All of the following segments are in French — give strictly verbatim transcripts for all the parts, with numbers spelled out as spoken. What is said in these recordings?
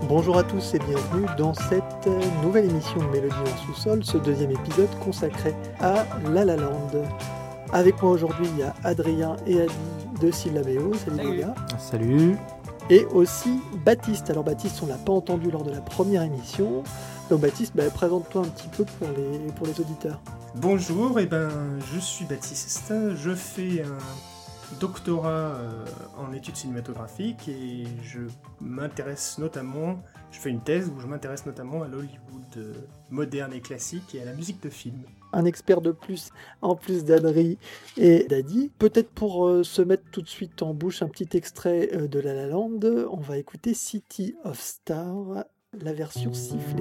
Bonjour à tous et bienvenue dans cette nouvelle émission de Mélodie en sous-sol, ce deuxième épisode consacré à La La Land. Avec moi aujourd'hui, il y a Adrien et Adi de Syllabéo. Salut, Salut les gars. Salut. Et aussi Baptiste. Alors Baptiste, on l'a pas entendu lors de la première émission. Donc Baptiste, bah, présente-toi un petit peu pour les, pour les auditeurs. Bonjour, et ben, je suis Baptiste, je fais un doctorat euh, en études cinématographiques et je m'intéresse notamment, je fais une thèse où je m'intéresse notamment à l'Hollywood euh, moderne et classique et à la musique de film. Un expert de plus, en plus d'Adri et d'Adi. Peut-être pour euh, se mettre tout de suite en bouche un petit extrait euh, de La La Land, on va écouter City of Stars, la version sifflée.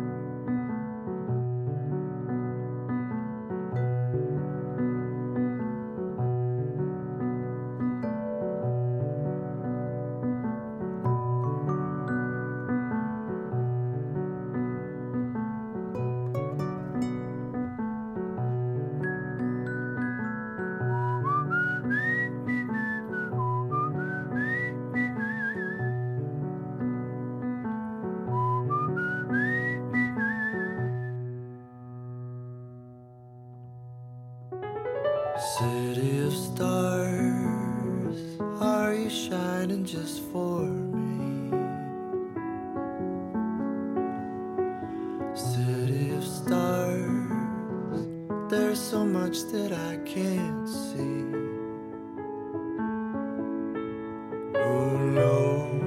City of stars, are you shining just for me? City of stars, there's so much that I can't see. Who knows?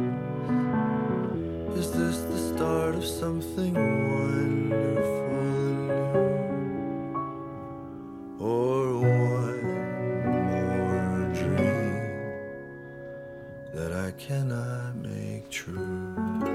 Is this the start of something wonderful and new? Or one more dream that I cannot make true?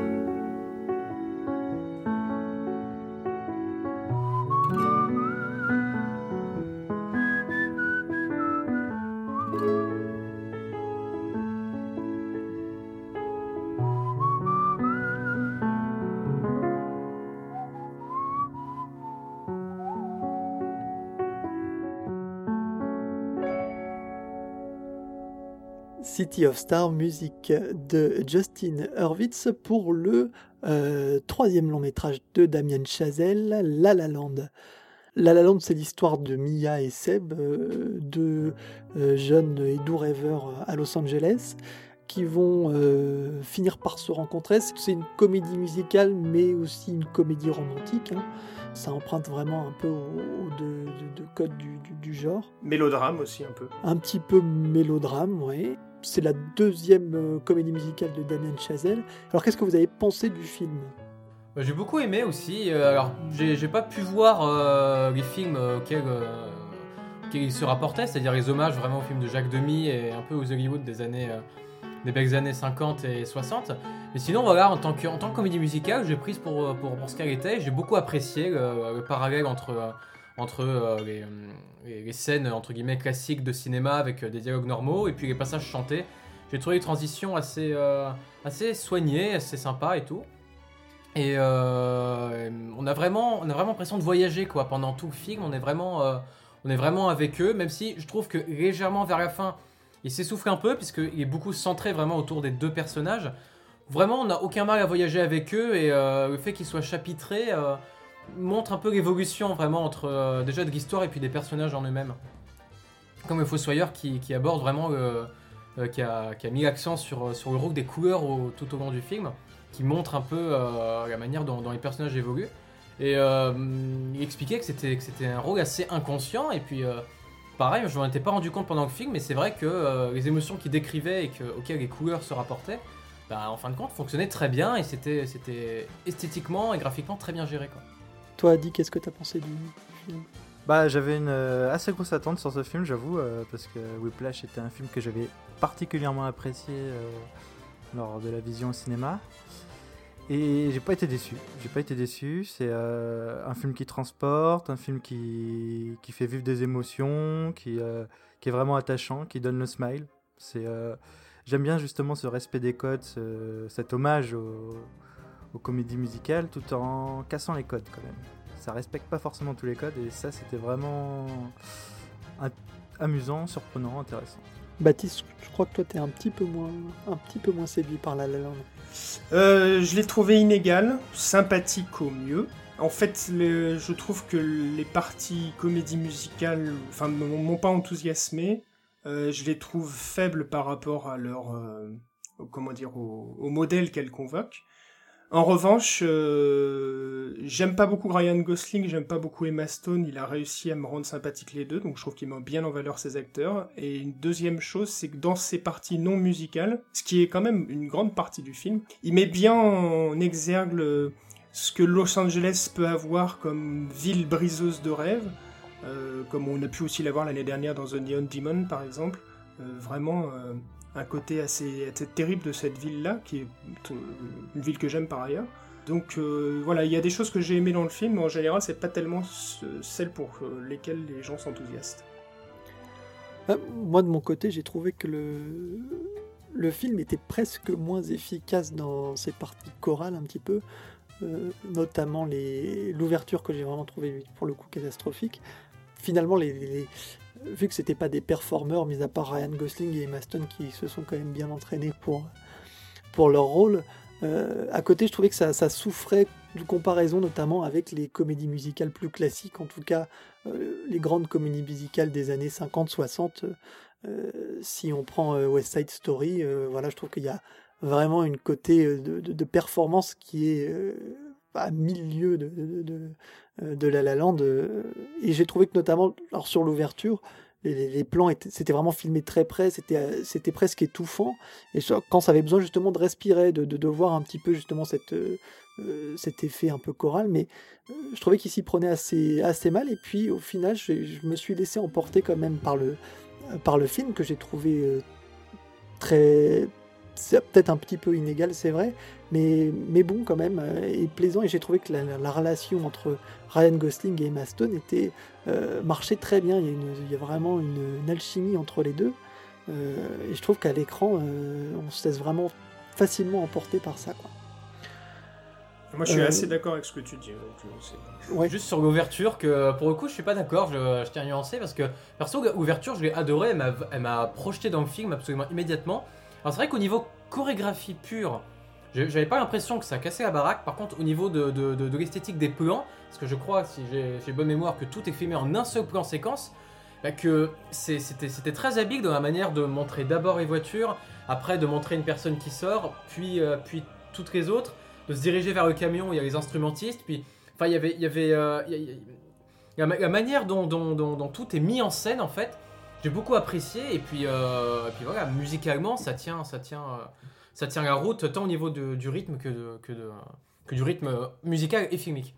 City of Stars, musique de Justin Hurwitz pour le euh, troisième long métrage de Damien Chazelle, La La Land. La La Land, c'est l'histoire de Mia et Seb, euh, deux euh, jeunes et doux rêveurs à Los Angeles, qui vont euh, finir par se rencontrer. C'est une comédie musicale, mais aussi une comédie romantique. Hein. Ça emprunte vraiment un peu aux, aux deux, deux, deux codes du, du, du genre. Mélodrame aussi un peu. Un petit peu mélodrame, oui. C'est la deuxième euh, comédie musicale de Damien Chazelle. Alors, qu'est-ce que vous avez pensé du film ? J'ai beaucoup aimé aussi. Euh, alors, j'ai, j'ai pas pu voir euh, les films auxquels, euh, auxquels il se rapportait, c'est-à-dire les hommages vraiment aux films de Jacques Demy et un peu aux Hollywood des années, euh, des belles années cinquante et soixante. Mais sinon, voilà, en tant que, en tant que comédie musicale, j'ai prise pour, pour, pour ce qu'elle était. J'ai beaucoup apprécié le, le parallèle entre, euh, entre euh, les, les, les scènes entre guillemets classiques de cinéma avec des dialogues normaux et puis les passages chantés. J'ai trouvé les transitions assez, euh, assez soignées, assez sympas et tout. Et euh, on a vraiment, on a vraiment l'impression de voyager quoi pendant tout le film. On est vraiment, euh, on est vraiment avec eux, même si je trouve que légèrement vers la fin, il s'essouffle un peu puisqu'il est beaucoup centré vraiment autour des deux personnages. Vraiment, on n'a aucun mal à voyager avec eux et euh, le fait qu'ils soient chapitrés euh, montre un peu l'évolution vraiment entre euh, déjà de l'histoire et puis des personnages en eux-mêmes. Comme le Fossoyeur qui, qui aborde vraiment, le, euh, qui, a, qui a mis l'accent sur, sur le rôle des couleurs au, tout au long du film, qui montre un peu euh, la manière dont, dont les personnages évoluent. Et euh, il expliquait que c'était, que c'était un rôle assez inconscient et puis euh, pareil, je m'en étais pas rendu compte pendant le film, mais c'est vrai que euh, les émotions qu'il décrivait et que, auxquelles les couleurs se rapportaient, bah, en fin de compte, fonctionnaient très bien et c'était, c'était esthétiquement et graphiquement très bien géré, quoi. Toi, Adi, qu'est-ce que t'as pensé du film ? Bah, j'avais une euh, assez grosse attente sur ce film, j'avoue, euh, parce que Whiplash était un film que j'avais particulièrement apprécié euh, lors de la vision au cinéma. Et j'ai pas été déçu. J'ai pas été déçu. C'est euh, un film qui transporte, un film qui, qui fait vivre des émotions, qui, euh, qui est vraiment attachant, qui donne le smile. C'est, euh, j'aime bien justement ce respect des codes, ce, cet hommage aux, aux comédies musicales, tout en cassant les codes quand même. Ça respecte pas forcément tous les codes et ça c'était vraiment amusant, surprenant, intéressant. Baptiste, je crois que toi, t'es un petit peu moins, un petit peu moins séduit par La La Land. Euh, je l'ai trouvé inégal, sympathique au mieux. En fait, le, je trouve que les parties comédie musicale, enfin, m'ont pas enthousiasmé. Euh, je les trouve faibles par rapport à leur, euh, au, comment dire, au, au modèle qu'elles convoquent. En revanche, euh, j'aime pas beaucoup Ryan Gosling, j'aime pas beaucoup Emma Stone, il a réussi à me rendre sympathique les deux, donc je trouve qu'il met bien en valeur ses acteurs. Et une deuxième chose, c'est que dans ces parties non musicales, ce qui est quand même une grande partie du film, il met bien en exergue le, ce que Los Angeles peut avoir comme ville briseuse de rêves, euh, comme on a pu aussi l'avoir l'année dernière dans The Neon Demon par exemple, euh, vraiment... Euh, un côté assez, assez terrible de cette ville-là, qui est une ville que j'aime par ailleurs. Donc euh, voilà, il y a des choses que j'ai aimées dans le film, mais en général, c'est pas tellement ce, celles pour lesquelles les gens s'enthousiastent. Euh, moi, de mon côté, j'ai trouvé que le, le film était presque moins efficace dans ses parties chorales, un petit peu, euh, notamment les, l'ouverture que j'ai vraiment trouvé pour le coup catastrophique. Finalement, les, les vu que c'était pas des performeurs, mis à part Ryan Gosling et Emma Stone qui se sont quand même bien entraînés pour, pour leur rôle, euh, à côté je trouvais que ça, ça souffrait de comparaison notamment avec les comédies musicales plus classiques, en tout cas euh, les grandes comédies musicales des années cinquante soixante. Euh, si on prend euh, West Side Story, euh, voilà, je trouve qu'il y a vraiment une côté de, de, de performance qui est euh, à mille lieues de, de, de, de La La Land, euh, et j'ai trouvé que notamment alors sur l'ouverture les, les plans étaient, c'était vraiment filmé très près, c'était, c'était presque étouffant, et quand ça avait besoin justement de respirer, de, de, de voir un petit peu justement cette, euh, cet effet un peu choral, mais euh, je trouvais qu'il s'y prenait assez, assez mal, et puis au final je, je me suis laissé emporter quand même par le, par le film que j'ai trouvé euh, très... c'est peut-être un petit peu inégal, c'est vrai, mais, mais bon quand même, euh, et plaisant, et j'ai trouvé que la, la relation entre Ryan Gosling et Emma Stone était, euh, marchait très bien, il y a, une, il y a vraiment une, une alchimie entre les deux, euh, et je trouve qu'à l'écran, euh, on se laisse vraiment facilement emporter par ça, quoi. Moi je suis Euh, assez d'accord avec ce que tu dis. Donc, c'est... Ouais. Juste sur l'ouverture, que pour le coup je suis pas d'accord, je, je tiens à nuancer parce que perso l'ouverture je l'ai adorée, elle m'a, elle m'a projeté dans le film absolument immédiatement. Alors c'est vrai qu'au niveau chorégraphie pure, j'avais pas l'impression que ça cassait la baraque. Par contre au niveau de, de, de, de l'esthétique des plans, parce que je crois, si j'ai, j'ai bonne mémoire, que tout est filmé en un seul plan séquence, bah que c'est, c'était, c'était très habile dans la manière de montrer d'abord les voitures, après de montrer une personne qui sort, puis, euh, puis toutes les autres, de se diriger vers le camion où il y a les instrumentistes, puis enfin il y avait, il y avait euh, il y a, il y a, la, la manière dont, dont, dont, dont tout est mis en scène en fait, j'ai beaucoup apprécié, et puis, euh, et puis voilà, musicalement ça tient, ça tient, euh, ça tient la route tant au niveau de, du rythme que, de, que, de, que du rythme musical et filmique.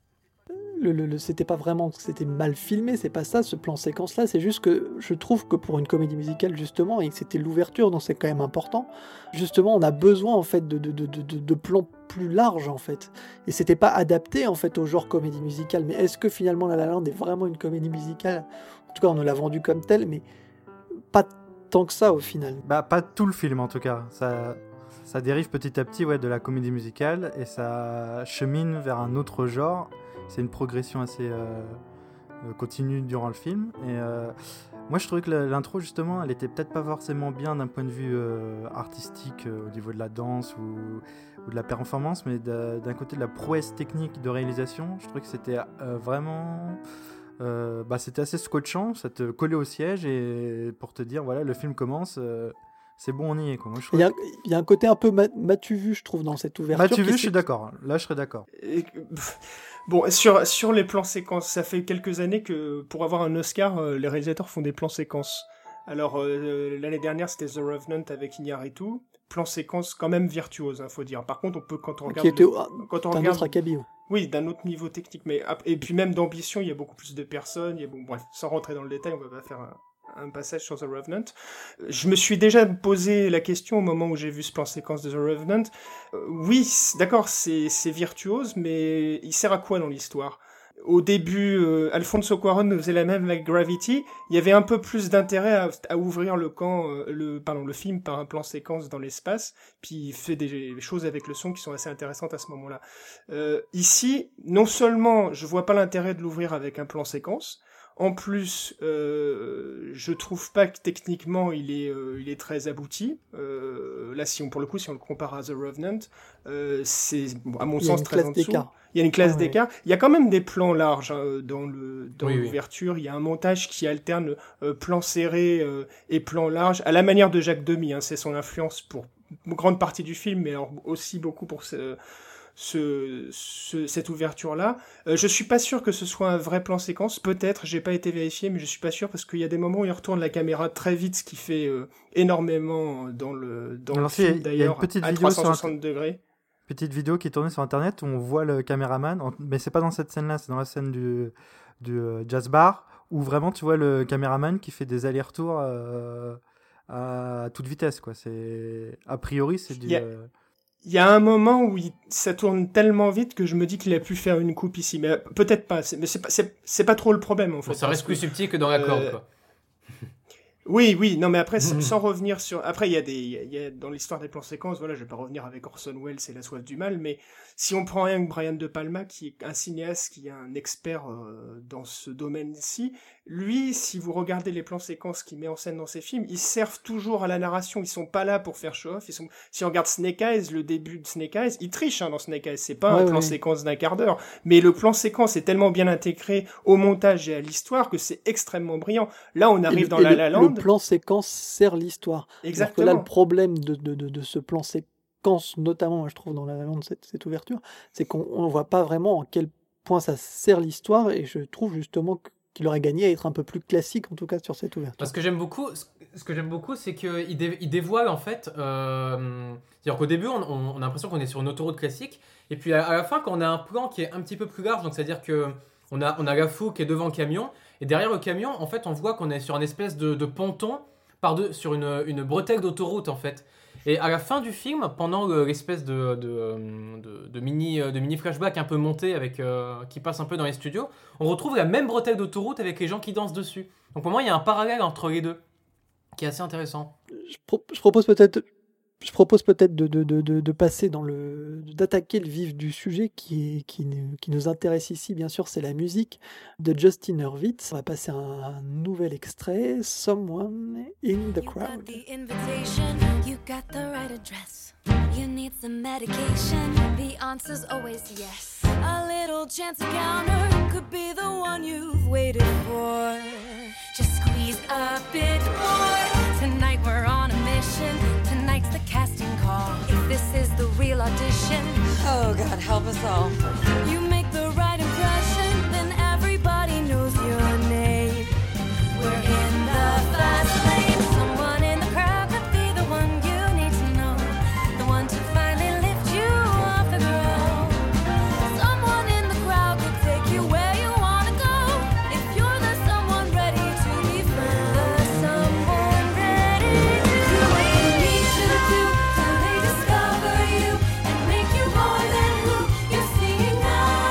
Le, le, le, c'était pas vraiment que c'était mal filmé, c'est pas ça, ce plan séquence là, c'est juste que je trouve que pour une comédie musicale justement, et que c'était l'ouverture, donc c'est quand même important, justement on a besoin en fait de, de, de, de, de plans plus larges en fait, et c'était pas adapté en fait au genre comédie musicale. Mais est-ce que finalement La La Land est vraiment une comédie musicale? En tout cas on nous l'a vendu comme telle, mais pas tant que ça au final. Bah pas tout le film en tout cas, ça, ça dérive petit à petit ouais, de la comédie musicale et ça chemine vers un autre genre. C'est une progression assez euh, euh, continue durant le film. Et euh, moi, je trouvais que l'intro, justement, elle était peut-être pas forcément bien d'un point de vue euh, artistique, euh, au niveau de la danse ou, ou de la performance, mais d'un côté de la prouesse technique de réalisation, je trouvais que c'était euh, vraiment... Euh, bah, c'était assez scotchant, ça te collait au siège, et pour te dire, voilà, le film commence... Euh, c'est bon, on y est, quoi. Moi, je il, y a, il y a un côté un peu m'as-tu vu, je trouve, dans cette ouverture. M'as-tu vu, je suis d'accord. Là, je serais d'accord. Et, bon, sur, sur les plans séquences, ça fait quelques années que pour avoir un Oscar, euh, les réalisateurs font des plans séquences. Alors, euh, l'année dernière, c'était The Revenant avec Iñárritu. Plan séquence quand même virtuose, hein, faut dire. Par contre, on peut, quand on regarde... Qui était le, au, quand on d'un regarde, autre acabit. Oui, d'un autre niveau technique. Mais, et puis même d'ambition, il y a beaucoup plus de personnes. Il y a, bon, bref, sans rentrer dans le détail, on va pas faire un... un passage sur The Revenant. Je me suis déjà posé la question au moment où j'ai vu ce plan séquence de The Revenant. Euh, oui, d'accord, c'est, c'est virtuose, mais il sert à quoi dans l'histoire ? Au début, euh, Alfonso Cuarón faisait la même avec Gravity. Il y avait un peu plus d'intérêt à, à ouvrir le camp, euh, le, pardon, le film par un plan séquence dans l'espace. Puis il fait des choses avec le son qui sont assez intéressantes à ce moment-là. Euh, ici, non seulement je vois pas l'intérêt de l'ouvrir avec un plan séquence, En plus, euh, je trouve pas que techniquement il est, euh, il est très abouti. Euh, là, si on, pour le coup, si on le compare à The Revenant, euh, c'est à mon sens très en dessous. D'écart. Il y a une classe Ah, d'écart. Ouais. Il y a quand même des plans larges hein, dans, le, dans oui, l'ouverture. Oui. Il y a un montage qui alterne euh, plans serrés euh, et plans larges, à la manière de Jacques Demy. Hein, c'est son influence pour une grande partie du film, mais alors aussi beaucoup pour ce... Ce, ce, cette ouverture-là. Euh, je suis pas sûr que ce soit un vrai plan séquence. Peut-être, j'ai pas été vérifié, mais je suis pas sûr parce qu'il y a des moments où il retourne la caméra très vite, ce qui fait euh, énormément dans le dans Alors, le si, film y a d'ailleurs une petite à vidéo trois cent soixante sur degrés. Petite vidéo qui est tournée sur internet où on voit le caméraman, en... mais c'est pas dans cette scène-là, c'est dans la scène du, du euh, jazz bar où vraiment tu vois le caméraman qui fait des allers-retours euh, à toute vitesse, quoi. C'est a priori c'est du. Yeah. Euh... Il y a un moment où il, ça tourne tellement vite que je me dis qu'il a pu faire une coupe ici, mais peut-être pas. C'est, mais c'est pas, c'est, c'est pas trop le problème en fait. Bon, ça reste que, plus subtil que dans la corde, euh, quoi. Oui, oui, non, mais après, mmh. sans revenir sur... Après, il y a des... Il y a, dans l'histoire des plans séquences, voilà, je vais pas revenir avec Orson Welles et La soif du mal, mais si on prend un Brian De Palma, qui est un cinéaste, qui est un expert euh, dans ce domaine-ci, lui, si vous regardez les plans séquences qu'il met en scène dans ses films, ils servent toujours à la narration, ils sont pas là pour faire show-off, ils sont... Si on regarde Snake Eyes, le début de Snake Eyes, il triche hein, dans Snake Eyes, c'est pas ouais, un plan ouais. séquence d'un quart d'heure, mais le plan séquence est tellement bien intégré au montage et à l'histoire que c'est extrêmement brillant. Là, on arrive et, dans et La La Land... Le plan séquence sert l'histoire. Exactement. Alors que là, le problème de, de, de, de ce plan séquence, notamment, moi, je trouve, dans La La Land, cette, cette ouverture, c'est qu'on ne voit pas vraiment en quel point ça sert l'histoire, et je trouve justement qu'il aurait gagné à être un peu plus classique, en tout cas, sur cette ouverture. Parce que j'aime beaucoup, ce que j'aime beaucoup, c'est qu'il dé, il dévoile, en fait, euh, c'est-à-dire qu'au début, on, on, on a l'impression qu'on est sur une autoroute classique, et puis à, à la fin, quand on a un plan qui est un petit peu plus large, donc c'est-à-dire que on a, on a la foule qui est devant le camion, et derrière le camion, en fait, on voit qu'on est sur une espèce de, de ponton, par deux, sur une, une bretelle d'autoroute, en fait. Et à la fin du film, pendant le, l'espèce de, de, de, de, mini, de mini flashback un peu monté, avec, euh, qui passe un peu dans les studios, on retrouve la même bretelle d'autoroute avec les gens qui dansent dessus. Donc pour moi, il y a un parallèle entre les deux, qui est assez intéressant. Je, pro- je propose peut-être... Je propose peut-être de, de, de, de passer dans le, d'attaquer le vif du sujet qui, est, qui, qui nous intéresse ici, bien sûr, c'est la musique de Justin Hurwitz. On va passer un, un nouvel extrait, Someone in the Crowd. You got the right address. You need some medication. The answer's always yes. A little chance encounter could be the one you've waited for. Just squeeze a bit more. Tonight we're on a mission. Tonight's the casting call. If this is the real audition, oh God, help us all. You make the right impression, then everybody knows your name. We're in the fast lane. Someone in the crowd could be the one you need to know, the one to finally lift you off the ground. Someone in the crowd could take you where you wanna go. If you're the someone ready to be found, the someone ready to do what you need to do till they discover you and make you more than who you're seeing now.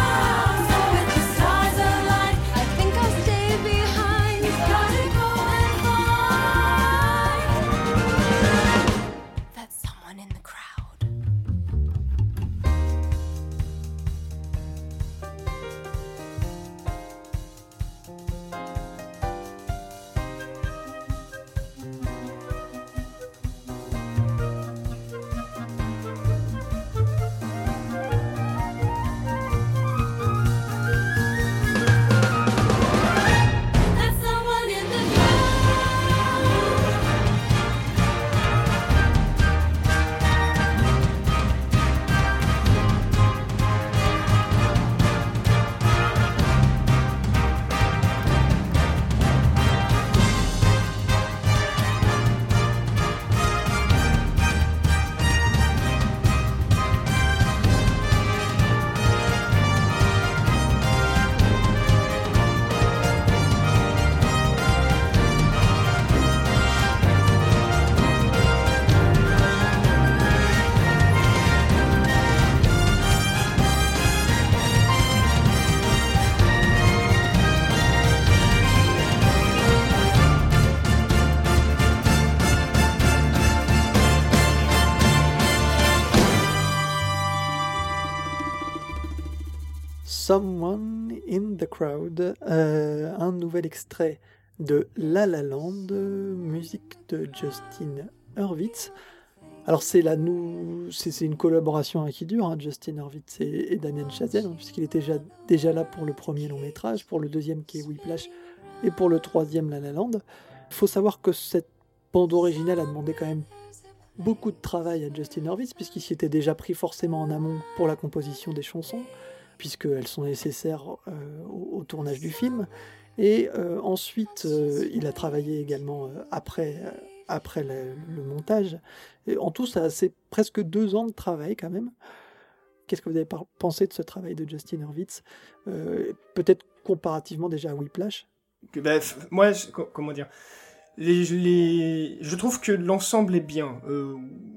Someone in the Crowd, euh, un nouvel extrait de La La Land, musique de Justin Hurwitz. Alors c'est la nou... c'est, c'est une collaboration hein, qui dure, hein, Justin Hurwitz et, et Damien Chazelle, hein, puisqu'il était déjà, déjà là pour le premier long métrage, pour le deuxième qui est Whiplash, et pour le troisième La La Land. Il faut savoir que cette bande originale a demandé quand même beaucoup de travail à Justin Hurwitz, puisqu'il s'y était déjà pris forcément en amont pour la composition des chansons, puisqu'elles sont nécessaires euh, au, au tournage du film. Et euh, ensuite, euh, il a travaillé également euh, après, euh, après le, le montage. Et en tout, ça, c'est presque deux ans de travail quand même. Qu'est-ce que vous avez par- pensé de ce travail de Justin Hurwitz, euh, peut-être comparativement déjà à Whiplash? Que, bah, f- moi, je- co- comment dire les, les, je trouve que l'ensemble est bien. Euh,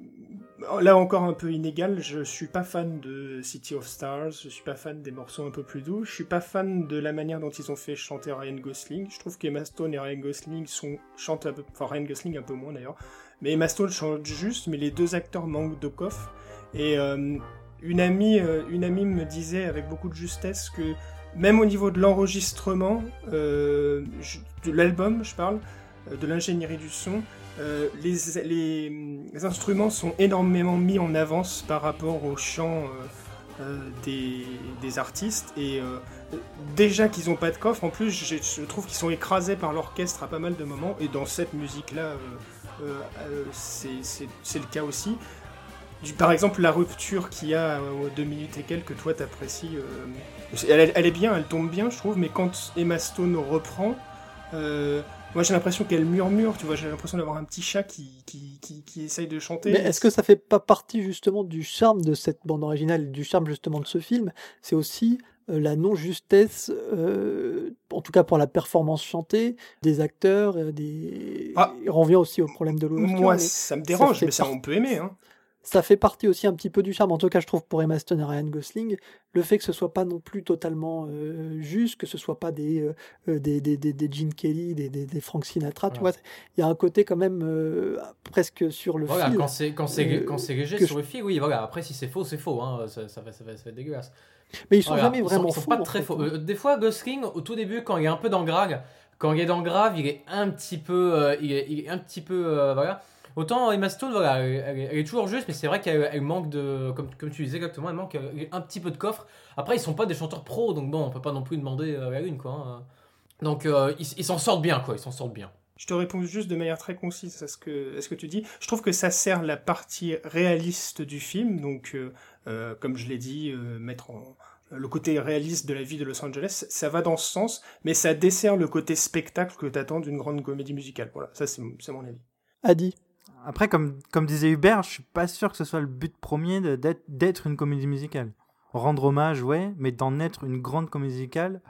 là encore un peu inégal. Je suis pas fan de City of Stars. Je suis pas fan des morceaux un peu plus doux. Je suis pas fan de la manière dont ils ont fait chanter Ryan Gosling. Je trouve qu'Emma Stone et Ryan Gosling sont chantent un peu, enfin Ryan Gosling un peu moins d'ailleurs. Mais Emma Stone chante juste. Mais les deux acteurs manquent de coffre. Et euh, une amie, euh, une amie me disait avec beaucoup de justesse que même au niveau de l'enregistrement, euh, je- de l'album, je parle, euh, de l'ingénierie du son, euh, les, les, les instruments sont énormément mis en avance par rapport au chant euh, euh, des, des artistes. Et euh, déjà qu'ils n'ont pas de coffre, en plus, je, je trouve qu'ils sont écrasés par l'orchestre à pas mal de moments. Et dans cette musique-là, euh, euh, euh, c'est, c'est, c'est le cas aussi. Du, par exemple, la rupture qu'il y a aux deux minutes et quelques, que toi t'apprécies, euh, elle, elle est bien, elle tombe bien, je trouve, mais quand Emma Stone reprend, euh, moi j'ai l'impression qu'elle murmure, tu vois, j'ai l'impression d'avoir un petit chat qui, qui, qui, qui essaye de chanter. Mais est-ce que ça fait pas partie justement du charme de cette bande originale, du charme justement de ce film? C'est aussi euh, la non-justesse, euh, en tout cas pour la performance chantée, des acteurs, euh, des... Ah. Il revient aussi au problème de l'ouverture. Moi, mais ça me dérange, fait mais ça par- on peut aimer. Hein. ça fait partie aussi un petit peu du charme. En tout cas, je trouve pour Emma Stone et Ryan Gosling, le fait que ce soit pas non plus totalement euh, juste, que ce soit pas des euh, euh, des, des, des, des Gene Kelly, des, des, des Frank Sinatra, tu Ouais. vois, il y a un côté quand même euh, presque sur le Voilà, fil. quand c'est quand c'est euh, quand c'est léger que sur le fil, oui, voilà. Après, si c'est faux, c'est faux. Hein. Ça, ça, va, ça, va, ça va être dégueulasse. Mais ils sont Voilà, jamais ils sont- vraiment ils sont faux. pas en très fait, faux. hein. Euh, des fois, Gosling, au tout début, quand il est un peu dans le grave, quand il est dans le grave, il est un petit peu, euh, il, est, il est un petit peu, euh, voilà. Autant Emma Stone, voilà, elle, elle- elle est toujours juste, mais c'est vrai qu'elle elle manque de, comme, comme tu disais exactement, elle manque euh, un petit peu de coffre. Après, ils sont pas des chanteurs pros, donc bon, on peut pas non plus demander euh, la lune, quoi. Hein. Donc, euh, ils ils s'en sortent bien, quoi. Ils s'en sortent bien. Je te réponds juste de manière très concise à ce que, à ce que tu dis. Je trouve que ça sert la partie réaliste du film, donc euh, euh, comme je l'ai dit, euh, mettre en le côté réaliste de la vie de Los Angeles, ça va dans ce sens, mais ça dessert le côté spectacle que t'attends d'une grande comédie musicale. Voilà, ça c'est, c'est mon avis. Adi. Après, comme, comme disait Hubert, je suis pas sûr que ce soit le but premier de- d'être, d'être une comédie musicale. Rendre hommage, ouais, mais d'en être une grande comédie musicale,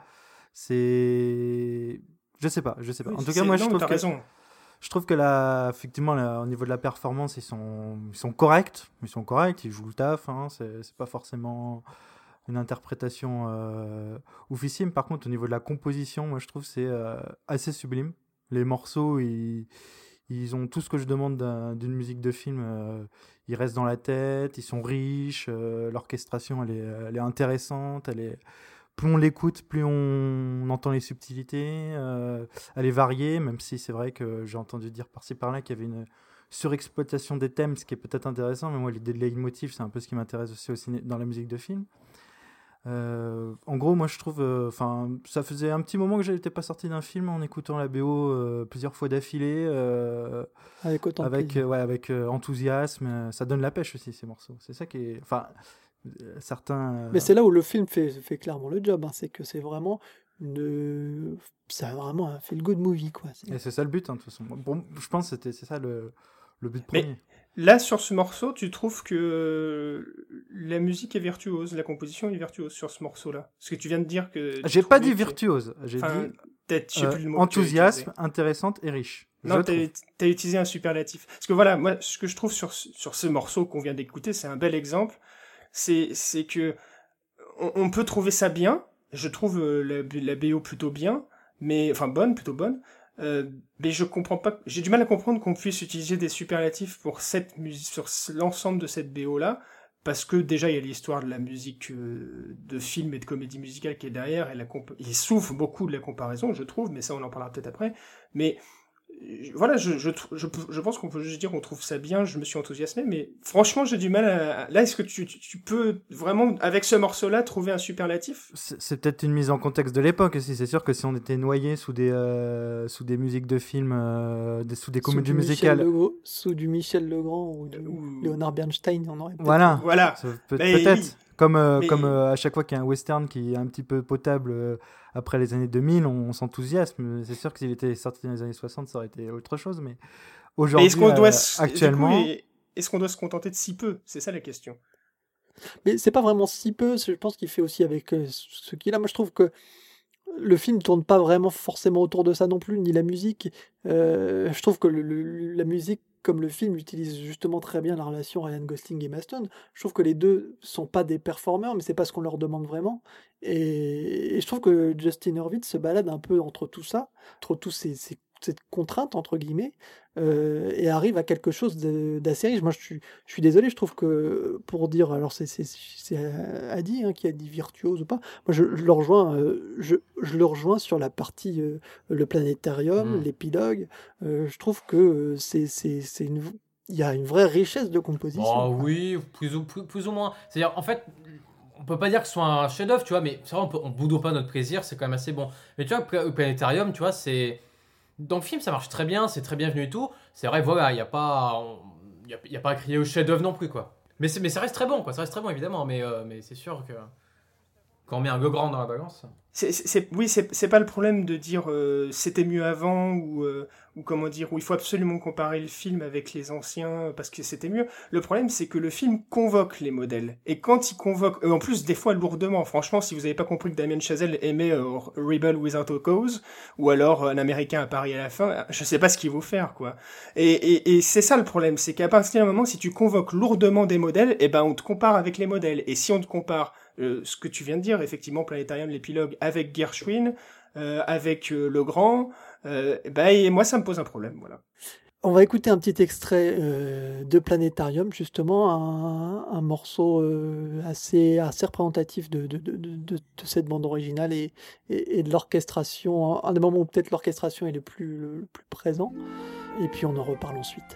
c'est... Je sais pas, je sais pas. Oui, en tout c'est- cas, moi, je non, trouve t'as que... raison. Je trouve que là, effectivement, là, au niveau de la performance, ils sont, ils sont corrects. Ils sont corrects, ils jouent le taf. Hein, c'est, c'est pas forcément une interprétation euh, oufissime. Par contre, au niveau de la composition, moi, je trouve que c'est euh, assez sublime. Les morceaux, ils, ils ont tout ce que je demande d'un- d'une musique de film. Euh, ils restent dans la tête, ils sont riches. Euh, l'orchestration, elle est, elle est intéressante. Elle est... Plus on l'écoute, plus on entend les subtilités. Euh, elle est variée, même si c'est vrai que j'ai entendu dire par-ci par-là qu'il y avait une surexploitation des thèmes, ce qui est peut-être intéressant, mais moi l'idée de leitmotiv, c'est un peu ce qui m'intéresse aussi au ciné- dans la musique de film. Euh, en gros, moi je trouve, enfin, ça faisait un petit moment que j'étais pas sorti d'un film en écoutant la B O euh, plusieurs fois d'affilée, euh, Avec autant de avec, plaisir. euh, ouais, avec euh, enthousiasme. euh, Ça donne la pêche aussi ces morceaux. C'est ça qui est, enfin, euh, certains. euh, Mais c'est là où le film fait, fait clairement le job. Hein. C'est que c'est vraiment une... c'est vraiment un feel-good movie, quoi. C'est- Et c'est ça le but, hein, de toute façon. Bon, je pense que c'était, c'est ça le, le but Mais- premier. Là, sur ce morceau, tu trouves que la musique est virtuose, la composition est virtuose sur ce morceau-là? Parce que tu viens de dire que... tu J'ai pas trouvais dit que- virtuose, j'ai Enfin, dit peut-être, je sais euh, plus le mot que tu as enthousiasme, utilisé. intéressante et riche. Non, Je t'as, trouve. t'as utilisé un superlatif. Parce que voilà, moi, ce que je trouve sur, ce- sur ce morceau qu'on vient d'écouter, c'est un bel exemple. C'est, c'est que on, on peut trouver ça bien. Je trouve euh, la, la B O plutôt bien, mais enfin bonne, plutôt bonne. Euh, mais je comprends pas. J'ai du mal à comprendre qu'on puisse utiliser des superlatifs pour cette musique, sur ce- l'ensemble de cette B O là, parce que déjà il y a l'histoire de la musique euh, de film et de comédie musicale qui est derrière, et la comp- il souffre beaucoup de la comparaison, je trouve, mais ça on en parlera peut-être après. Mais euh, voilà, je, je, je, je pense qu'on peut juste dire qu'on trouve ça bien, je me suis enthousiasmé, mais franchement j'ai du mal à... Là, est-ce que tu, tu, tu peux vraiment, avec ce morceau-là, trouver un superlatif ? C'est, c'est peut-être une mise en contexte de l'époque aussi. C'est sûr que si on était noyé sous des, euh, sous des musiques de films, euh, des, sous des Sous comédies du Michel musicales. Legault, sous du Michel Legrand ou du Ou- Léonard Bernstein, on aurait peut-être... Voilà, Voilà. ça peut- Mais peut-être. oui. Comme, euh, Mais- comme euh, à chaque fois qu'il y a un western qui est un petit peu potable euh, après les années deux mille, on, on s'enthousiasme. C'est sûr que s'il était sorti dans les années soixante, ça aurait été autre chose. Mais Mais aujourd'hui, est-ce qu'on doit, euh, se- actuellement, du coup, est- est-ce qu'on doit se contenter de si peu ? C'est ça la question. Mais c'est pas vraiment si peu, je pense qu'il fait aussi avec euh, ce qu'il a. Moi, je trouve que le film tourne pas vraiment forcément autour de ça non plus, ni la musique. Euh, je trouve que le- le- la musique, comme le film, utilise justement très bien la relation Ryan Gosling et Emma Stone. Je trouve que les deux sont pas des performeurs, mais c'est pas ce qu'on leur demande vraiment. Et, et je trouve que Justin Hurwitz se balade un peu entre tout ça, entre tous ces, ces- cette contrainte entre guillemets, euh, et arrive à quelque chose de- d'assez riche. Moi, je suis, je suis désolé, je trouve que pour dire, alors c'est c'est c'est Adi hein, qui a dit virtuose ou pas. Moi, je, je le rejoins, euh, je, je le rejoins sur la partie euh, le planétarium, Mm. l'épilogue. Euh, je trouve que euh, c'est c'est c'est une il y a une vraie richesse de composition. Oh quoi. oui, plus ou, plus, plus ou moins. C'est-à-dire, en fait, on peut pas dire que ce soit un chef-d'œuvre, tu vois, mais c'est vrai, on, peut, on boude pas notre plaisir, c'est quand même assez bon. Mais tu vois, Pla- au Planétarium, tu vois, c'est. Dans le film, ça marche très bien, c'est très bienvenu et tout. C'est vrai, voilà, il n'y a pas. Il y a, y a pas à crier au chef-d'œuvre non plus, quoi. Mais, c'est- mais ça reste très bon, quoi, ça reste très bon, évidemment, mais, euh, mais c'est sûr que. Quand on met un Legrand dans la balance. C'est, c'est- c'est- oui, c'est, c'est pas le problème de dire euh, c'était mieux avant ou, euh, ou comment dire, où il faut absolument comparer le film avec les anciens parce que c'était mieux. Le problème, c'est que le film convoque les modèles. Et quand il convoque, euh, en plus, des fois lourdement, franchement, si vous avez pas compris que Damien Chazelle aimait euh, Rebel Without a Cause, ou alors euh, Un Américain à Paris à la fin, je sais pas ce qu'il vous faire, quoi. Et, et, et c'est ça le problème, c'est qu'à partir d'un moment, si tu convoques lourdement des modèles, eh ben on te compare avec les modèles. Et si on te compare Euh, ce que tu viens de dire, effectivement, Planétarium, l'épilogue, avec Gershwin, euh, avec euh, Legrand, euh, bah, et moi, ça me pose un problème, voilà. On va écouter un petit extrait euh, de Planétarium, justement, un, un morceau euh, assez, assez représentatif de, de, de, de, de cette bande originale et, et, et de l'orchestration, un des moments où peut-être l'orchestration est le plus, le plus présent. Et puis on en reparle ensuite.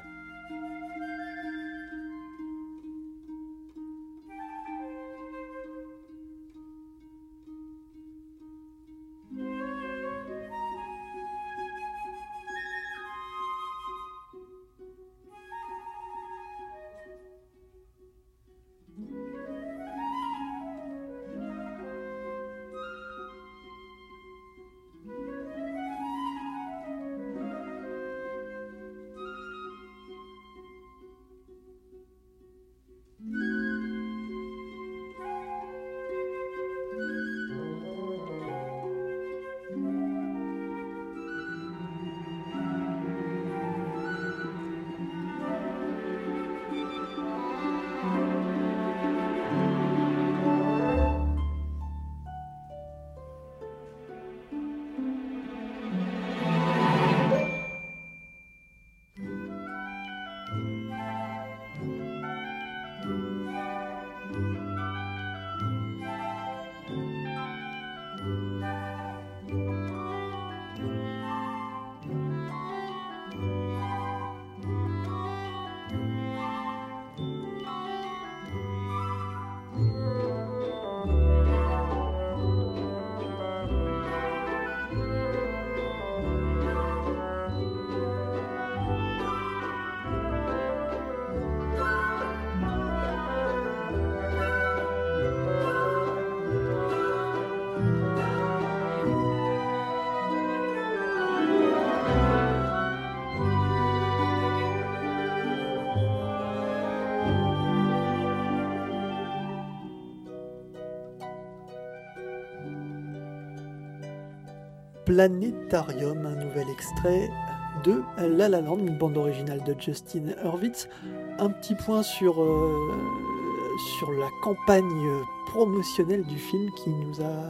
Planétarium, un nouvel extrait de La La Land, une bande originale de Justin Hurwitz. Un petit point sur, euh, sur la campagne promotionnelle du film qui nous a, je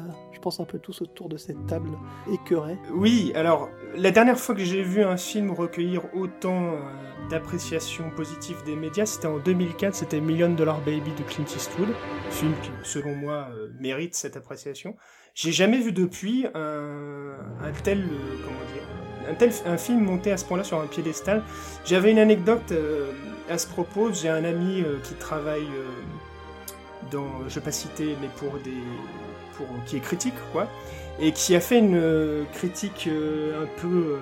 pense un peu tous autour de cette table écœurés. Oui, alors, la dernière fois que j'ai vu un film recueillir autant euh, d'appréciations positives des médias, c'était en deux mille quatre, c'était Million Dollar Baby de Clint Eastwood, film qui, selon moi, euh, mérite cette appréciation. J'ai jamais vu depuis un, un tel, euh, comment dire, un tel un film monté à ce point-là sur un piédestal. J'avais une anecdote euh, à ce propos. J'ai un ami euh, qui travaille euh, dans, je vais pas citer, mais pour des, pour qui est critique, quoi, et qui a fait une euh, critique euh, un peu, euh,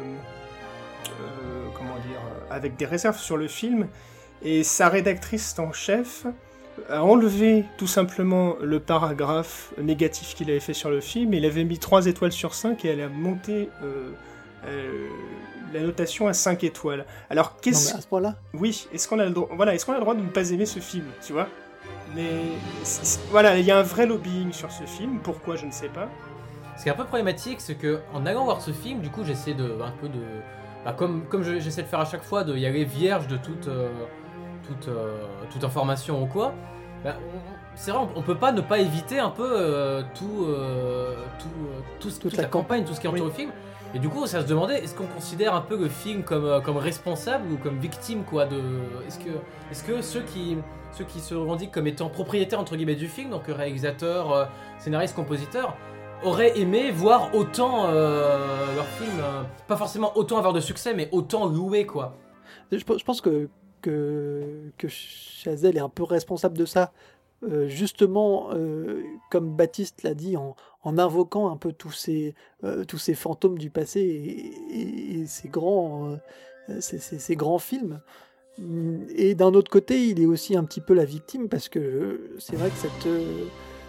euh, comment dire, avec des réserves sur le film. Et sa rédactrice en chef a enlevé tout simplement le paragraphe négatif qu'il avait fait sur le film, et il avait mis trois étoiles sur cinq, et elle a monté euh, euh, la notation à cinq étoiles. Alors qu'est-ce... Non mais à ce point-là. Oui, est-ce qu'on a le droit... Voilà, est-ce qu'on a le droit de ne pas aimer ce film, tu vois? Mais c'est, c'est... voilà, il y a un vrai lobbying sur ce film. Pourquoi, je ne sais pas. Ce qui est un peu problématique, c'est que en allant voir ce film, du coup, j'essaie de un peu de, bah, comme comme je, j'essaie de faire à chaque fois, de y aller vierge de toute euh, toute euh, toute information ou quoi. Bah, on, c'est vrai, on, on peut pas ne pas éviter un peu euh, tout euh, tout euh, tout ce- Toute toute la la campagne, tout ce qui entoure Oui. le film. Et du coup, ça se demandait, est-ce qu'on considère un peu le film comme euh, comme responsable ou comme victime, quoi, de est-ce que est-ce que ceux qui ceux qui se revendiquent comme étant propriétaires entre guillemets du film, donc réalisateurs, euh, scénaristes, compositeurs, auraient aimé voir autant euh, leur film, euh, pas forcément autant avoir de succès, mais autant louer, quoi. Je, je pense que, que, que Chazelle est un peu responsable de ça, euh, justement, euh, comme Baptiste l'a dit, en, en invoquant un peu tous ces, euh, tous ces fantômes du passé et, et- et ces, grands, euh, ces, ces- ces grands films. Et d'un autre côté, il est aussi un petit peu la victime, parce que euh, c'est vrai que cette... euh,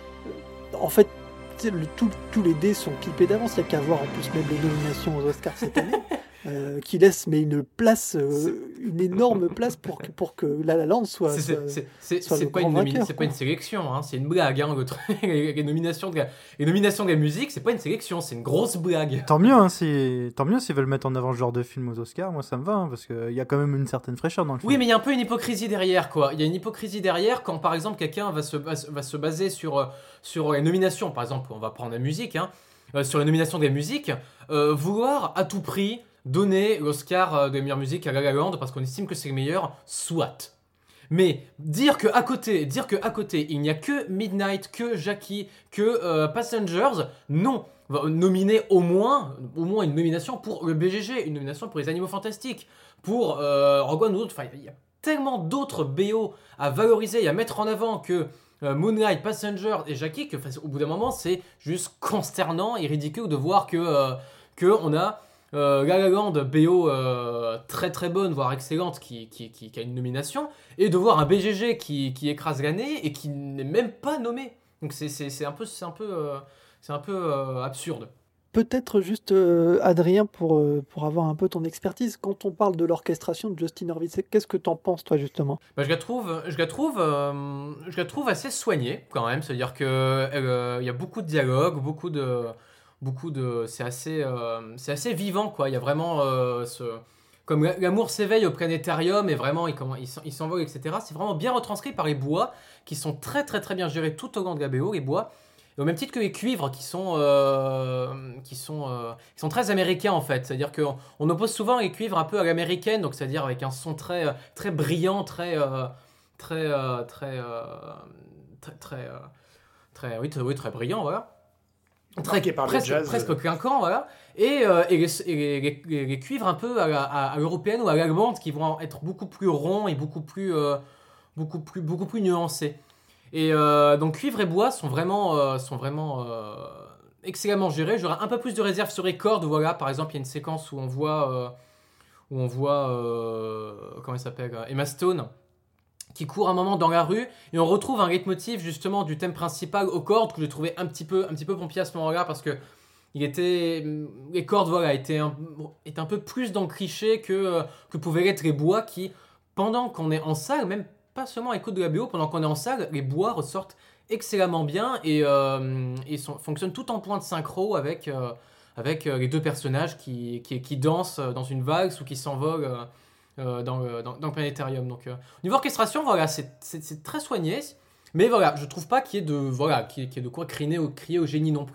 en fait, tu sais, le- tout- tous les dés sont pipés d'avance. Il n'y a qu'à voir en plus même les nominations aux Oscars cette année, euh, qui laissent mais une place, euh, une énorme place pour que, pour que La La Land soit. C'est- soit- c'est- c'est c'est- soit c'est le pas, grand une nomina- vainqueur, c'est pas quoi. une sélection, hein, c'est une blague. Hein, le truc. les, les nominations de la, les nominations de la musique, c'est pas une sélection, c'est une grosse blague. Tant mieux, hein, si... Tant mieux s'ils veulent mettre en avant ce genre de film aux Oscars, moi ça me va, hein, parce qu'il y a quand même une certaine fraîcheur dans le film. Oui, mais il y a un peu une hypocrisie derrière, quoi. Il y a une hypocrisie derrière quand, par exemple, quelqu'un va se, va, se- va se baser sur, euh, sur les nominations. Par exemple, on va prendre la musique, hein, euh, sur les nominations de la musique, euh, vouloir à tout prix donner l'Oscar euh, de la meilleure musique à La La Land parce qu'on estime que c'est le meilleur, soit. Mais dire que à côté, dire que à côté, il n'y a que Midnight, que Jackie, que euh, Passengers, non. Va nominer au moins, au moins une nomination pour le B G G, une nomination pour les Animaux Fantastiques, pour euh, Rogue One ou d'autres. Enfin, il y a tellement d'autres B O à valoriser et à mettre en avant que euh, Moonlight, Passengers et Jackie que, enfin, au bout d'un moment, c'est juste consternant et ridicule de voir que, euh, que on a euh, La La Land, B O euh, très très bonne, voire excellente, qui, qui, qui, qui a une nomination, et de voir un B G G qui, qui écrase l'année et qui n'est même pas nommé. Donc c'est, c'est, c'est un peu, c'est un peu, euh, c'est un peu euh, absurde. Peut-être juste, euh, Adrien, pour, euh, pour avoir un peu ton expertise, quand on parle de l'orchestration de Justin Hurwitz, qu'est-ce que t'en penses, toi, justement? Bah, je la trouve, je la trouve, euh, je la trouve assez soignée quand même. C'est-à-dire que euh, il y a beaucoup de dialogue, beaucoup de, beaucoup de, c'est assez, euh, c'est assez vivant, quoi. Il y a vraiment euh, ce, comme l'amour s'éveille au planétarium et vraiment il, comment, il, s'en- il s'envole, et cetera. C'est vraiment bien retranscrit par les bois qui sont très très très bien gérés tout au long de la B O, les bois. Et au même titre que les cuivres qui sont, euh, qui sont, euh, qui sont très américains en fait. C'est-à-dire qu'on on oppose souvent les cuivres un peu à l'américaine, donc c'est-à-dire avec un son très, euh, très brillant, très, euh, très, euh, très, euh, très, très, euh, très, oui, très, oui, très brillant, voilà. Très, Marqué par le presque, jazz. presque clinquant, voilà. Et, euh, et, les, et les- les- les- les cuivres un peu à, la- à, à l'européenne ou à l'allemande qui vont être beaucoup plus ronds et beaucoup plus, euh, beaucoup plus, beaucoup plus nuancés. Et euh, donc cuivre et bois sont vraiment, euh, sont vraiment euh, excellemment gérés. J'aurais un peu plus de réserve sur les cordes. Voilà, par exemple, il y a une séquence où on voit, euh, où on voit, euh, comment elle s'appelle, euh, Emma Stone, qui court un moment dans la rue, et on retrouve un leitmotiv justement du thème principal aux cordes que j'ai trouvé un petit peu, un petit peu pompier à ce moment-là parce que il était, les cordes, voilà, étaient un, étaient un peu plus dans le cliché que que pouvaient l'être les bois qui, pendant qu'on est en salle, même pas seulement à l'écoute de la B O, pendant qu'on est en salle, les bois ressortent excellemment bien et, euh, et sont, fonctionnent tout en point de synchro avec, euh, avec euh, les deux personnages qui, qui, qui dansent dans une valse ou qui s'envolent euh, euh, dans, le, dans, dans le planétarium. Donc, euh, au niveau orchestration, voilà, c'est, c'est, c'est très soigné, mais voilà, je trouve pas qu'il y ait de, voilà, qu'il y ait, qu'il y ait de quoi criner ou crier au génie non plus.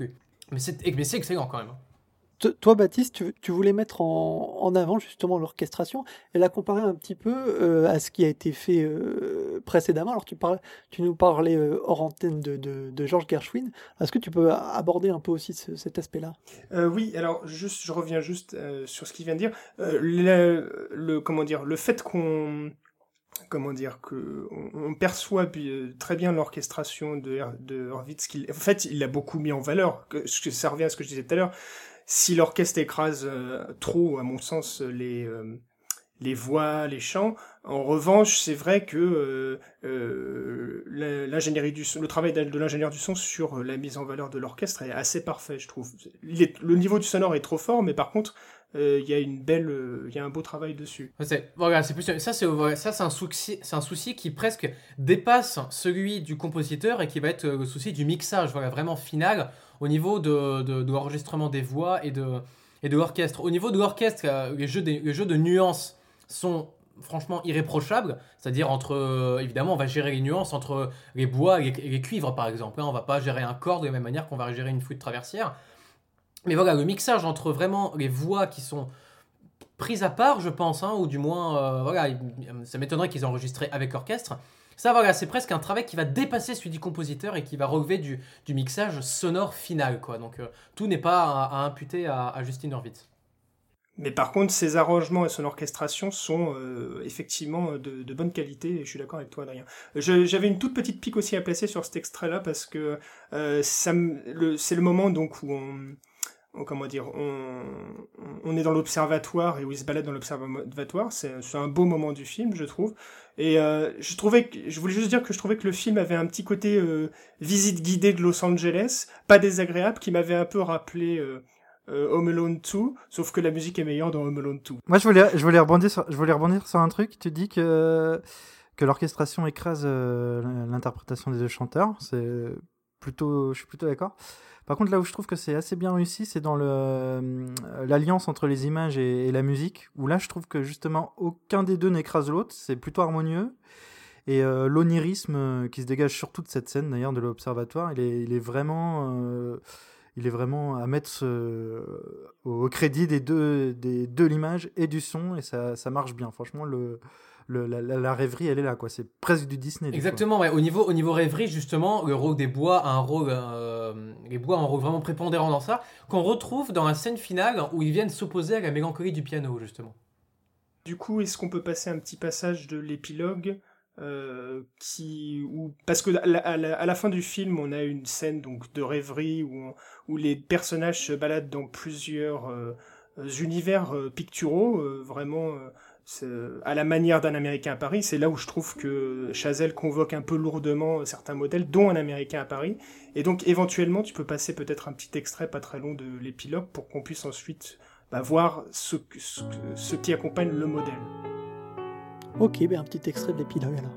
Mais c'est, mais c'est excellent quand même. Te- Toi, Baptiste, tu, tu voulais mettre en, en avant justement l'orchestration et la comparer un petit peu euh, à ce qui a été fait euh, précédemment. Alors, tu, parlais, tu nous parlais euh, hors antenne de, de, de George Gershwin. Est-ce que tu peux aborder un peu aussi ce- cet aspect-là? Euh, oui, alors juste, je reviens juste euh, sur ce qu'il vient de dire. Euh, le, le- comment dire, le fait qu'on, comment dire, que on, on perçoit bi- très bien l'orchestration de, Her- de Horvitz, qu'il, en fait, il l'a beaucoup mis en valeur. Que, ce que- ça revient à ce que je disais tout à l'heure. Si l'orchestre écrase euh, trop, à mon sens, les euh, les voix, les chants. En revanche, c'est vrai que euh, euh, la- l'ingénierie du son, le travail de de l'ingénieur du son sur la mise en valeur de l'orchestre est assez parfait, je trouve. Il est- le niveau du sonore est trop fort, mais par contre, euh, il y a une belle, euh, il y a un beau travail dessus. Ouais, C'est, voilà, c'est plus, ça, c'est, voilà, ça, c'est un souci, c'est un souci qui presque dépasse celui du compositeur et qui va être euh, le souci du mixage, voilà, vraiment final au niveau de, de, de l'enregistrement des voix et de, et de l'orchestre. Au niveau de l'orchestre, euh, les jeux, des- les jeux de nuances sont franchement irréprochables, c'est-à-dire entre, euh, évidemment, on va gérer les nuances entre les bois et les, et les cuivres, par exemple. Hein, on va pas gérer un corps de la même manière qu'on va gérer une flûte traversière. Mais voilà, le mixage entre vraiment les voix qui sont prise à part, je pense, hein, ou du moins, euh, voilà, ça m'étonnerait qu'ils aient enregistré avec orchestre. Ça, voilà, c'est presque un travail qui va dépasser celui du compositeur et qui va relever du, du mixage sonore final, quoi. Donc, euh, tout n'est pas à, à imputer à, à Justin Hurwitz. Mais par contre, ses arrangements et son orchestration sont euh, effectivement de, de bonne qualité, et je suis d'accord avec toi, Adrien. Je- J'avais une toute petite pique aussi à placer sur cet extrait-là, parce que euh, ça me- le- c'est le moment donc où on, on- comment dire, on, on est dans l'observatoire et où il se balade dans l'observatoire. C'est c'est un beau moment du film, je trouve. Et euh, je trouvais, que, je voulais juste dire que je trouvais que le film avait un petit côté euh, visite guidée de Los Angeles, pas désagréable, qui m'avait un peu rappelé euh, euh, Home Alone deux, sauf que la musique est meilleure dans Home Alone deux. Moi, je voulais, je voulais rebondir sur, je voulais rebondir sur un truc. Tu dis que que l'orchestration écrase euh, l'interprétation des deux chanteurs. C'est plutôt, je suis plutôt d'accord. Par contre, là où je trouve que c'est assez bien réussi, c'est dans le euh, l'alliance entre les images et, et la musique. Où là, je trouve que justement aucun des deux n'écrase l'autre. C'est plutôt harmonieux. Et euh, l'onirisme euh, qui se dégage surtout de cette scène d'ailleurs de l'observatoire, il est, il est vraiment, euh, il est vraiment à mettre ce- au crédit des deux, des, de l'image et du son, et ça, ça marche bien. Franchement, le, le, la, la, la rêverie, elle est là, quoi. C'est presque du Disney. des Exactement, ouais. Au niveau, au niveau rêverie, justement, le rôle des bois a un rôle, euh, les bois ont un rôle vraiment prépondérant dans ça, qu'on retrouve dans la scène finale où ils viennent s'opposer à la mélancolie du piano, justement. Du coup, est-ce qu'on peut passer un petit passage de l'épilogue euh, qui, où, parce que à la, à la- à la fin du film, on a une scène donc de rêverie où, on- où les personnages se baladent dans plusieurs euh, univers euh, picturaux, euh, vraiment euh, c'est, à la manière d'un Américain à Paris. C'est là où je trouve que Chazelle convoque un peu lourdement certains modèles, dont un Américain à Paris. Et donc, éventuellement, tu peux passer peut-être un petit extrait pas très long de l'épilogue pour qu'on puisse ensuite bah, voir ce, que- ce, que- ce qui accompagne le modèle. Ok, ben un petit extrait de l'épilogue alors.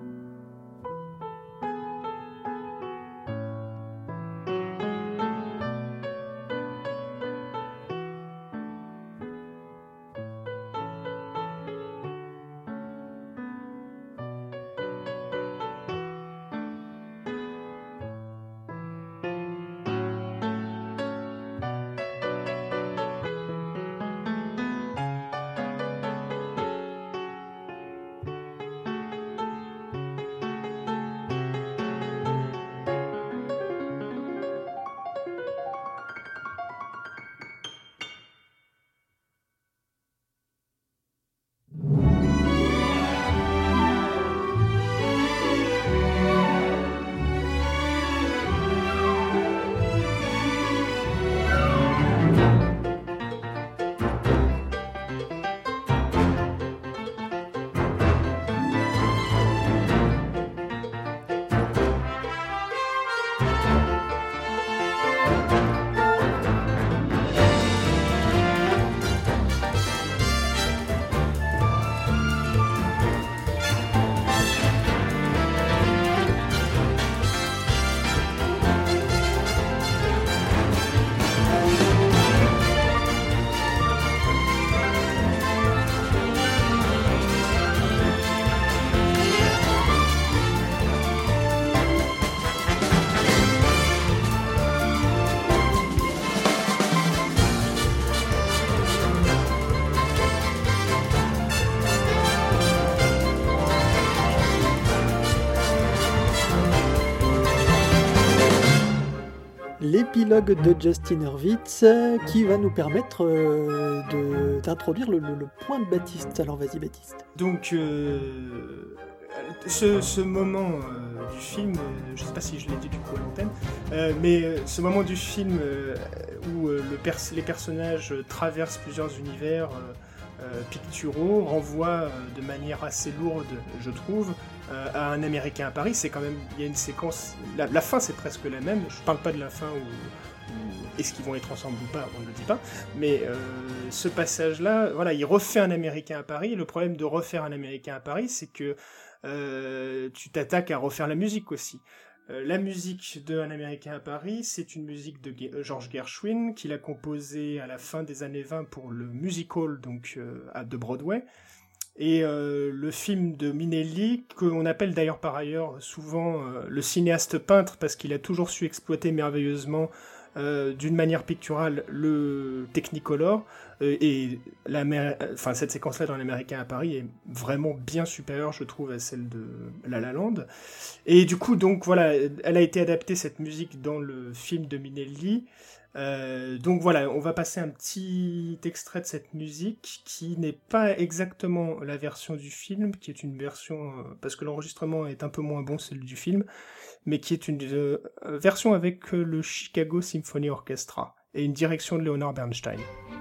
l'épilogue de Justin Hurwitz euh, qui va nous permettre euh, de, d'introduire le, le, le point de Baptiste. Alors vas-y Baptiste. Donc, euh, ce, ce moment euh, du film, euh, je sais pas si je l'ai dit du coup à l'antenne, euh, mais euh, ce moment du film euh, où euh, le pers- les personnages traversent plusieurs univers euh, euh, picturaux renvoie euh, de manière assez lourde, je trouve, euh, à Un Américain à Paris. C'est quand même, il y a une séquence, la, la fin c'est presque la même. Je parle pas de la fin où, où est-ce qu'ils vont être ensemble ou pas, on ne le dit pas, mais euh, ce passage-là, voilà, il refait Un Américain à Paris. Le problème de refaire Un Américain à Paris, c'est que euh, tu t'attaques à refaire la musique aussi. Euh, la musique de Un Américain à Paris, c'est une musique de Ge- George Gershwin qu'il a composée à la fin des années vingt pour le musical donc euh, à de Broadway. Et euh, le film de Minelli, qu'on appelle d'ailleurs par ailleurs souvent euh, le cinéaste peintre, parce qu'il a toujours su exploiter merveilleusement euh, d'une manière picturale le Technicolor, euh, et la, enfin, cette séquence-là dans l'Américain à Paris est vraiment bien supérieure, je trouve, à celle de La La Land. Et du coup, donc voilà, elle a été adaptée, cette musique, dans le film de Minelli. Euh, donc voilà, on va passer un petit extrait de cette musique qui n'est pas exactement la version du film, qui est une version, euh, parce que l'enregistrement est un peu moins bon, celle du film, mais qui est une euh, version avec euh, le Chicago Symphony Orchestra et une direction de Leonard Bernstein.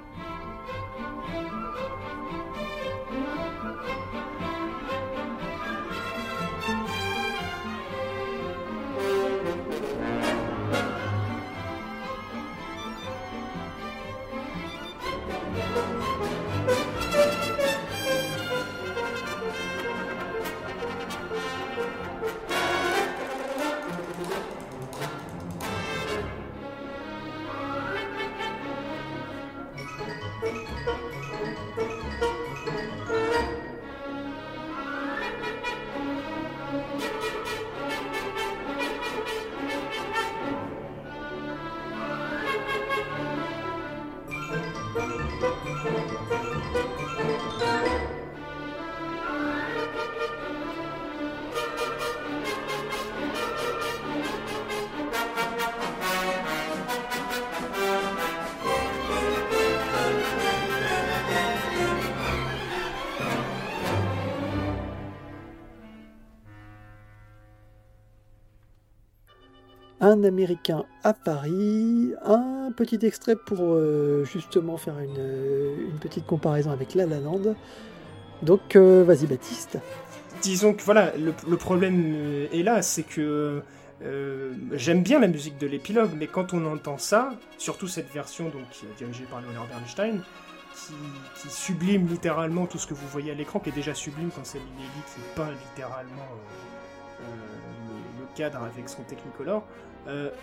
Un Américain à Paris, un petit extrait pour euh, justement faire une, une petite comparaison avec La La Land. Donc euh, vas-y Baptiste. Disons que voilà, le, le problème est là, c'est que euh, j'aime bien la musique de l'épilogue, mais quand on entend ça, surtout cette version donc, qui est dirigée par Leonard Bernstein, qui, qui sublime littéralement tout ce que vous voyez à l'écran, qui est déjà sublime quand c'est Minelli qui peint littéralement euh, euh, le, le cadre avec son Technicolor. Euh,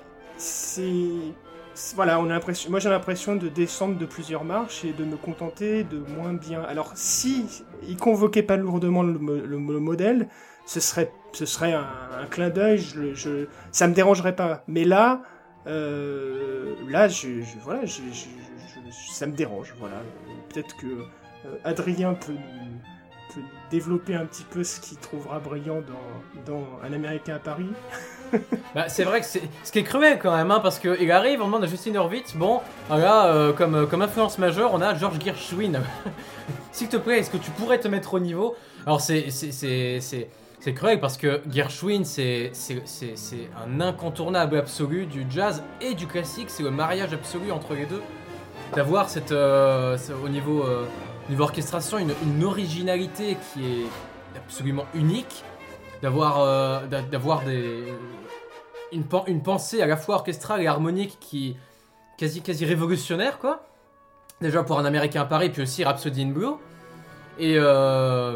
c'est, c'est voilà, on a l'impression, moi j'ai l'impression de descendre de plusieurs marches et de me contenter de moins bien. Alors si il convoquait pas lourdement le, le, le modèle, ce serait ce serait un, un clin d'œil, je, je, ça me dérangerait pas. Mais là, euh, là, je, je voilà, je, je, je, ça me dérange. Voilà, peut-être que euh, Adrien peut peut développer un petit peu ce qu'il trouvera brillant dans, dans Un Américain à Paris. Bah, c'est vrai que c'est ce qui est cruel quand même, hein, parce qu'il arrive, on demande à Justin Hurwitz, bon, là, euh, comme, comme influence majeure, on a George Gershwin. S'il te plaît, est-ce que tu pourrais te mettre au niveau ? Alors c'est, c'est, c'est, c'est, c'est cruel parce que Gershwin, c'est, c'est, c'est, c'est un incontournable absolu du jazz et du classique, c'est le mariage absolu entre les deux. D'avoir cette, euh, au niveau, euh, niveau orchestration, une, une originalité qui est absolument unique. D'avoir, euh, d'avoir des, une, une pensée à la fois orchestrale et harmonique qui est quasi, quasi révolutionnaire, quoi. Déjà pour Un Américain à Paris, puis aussi Rhapsody in Blue. Et, euh,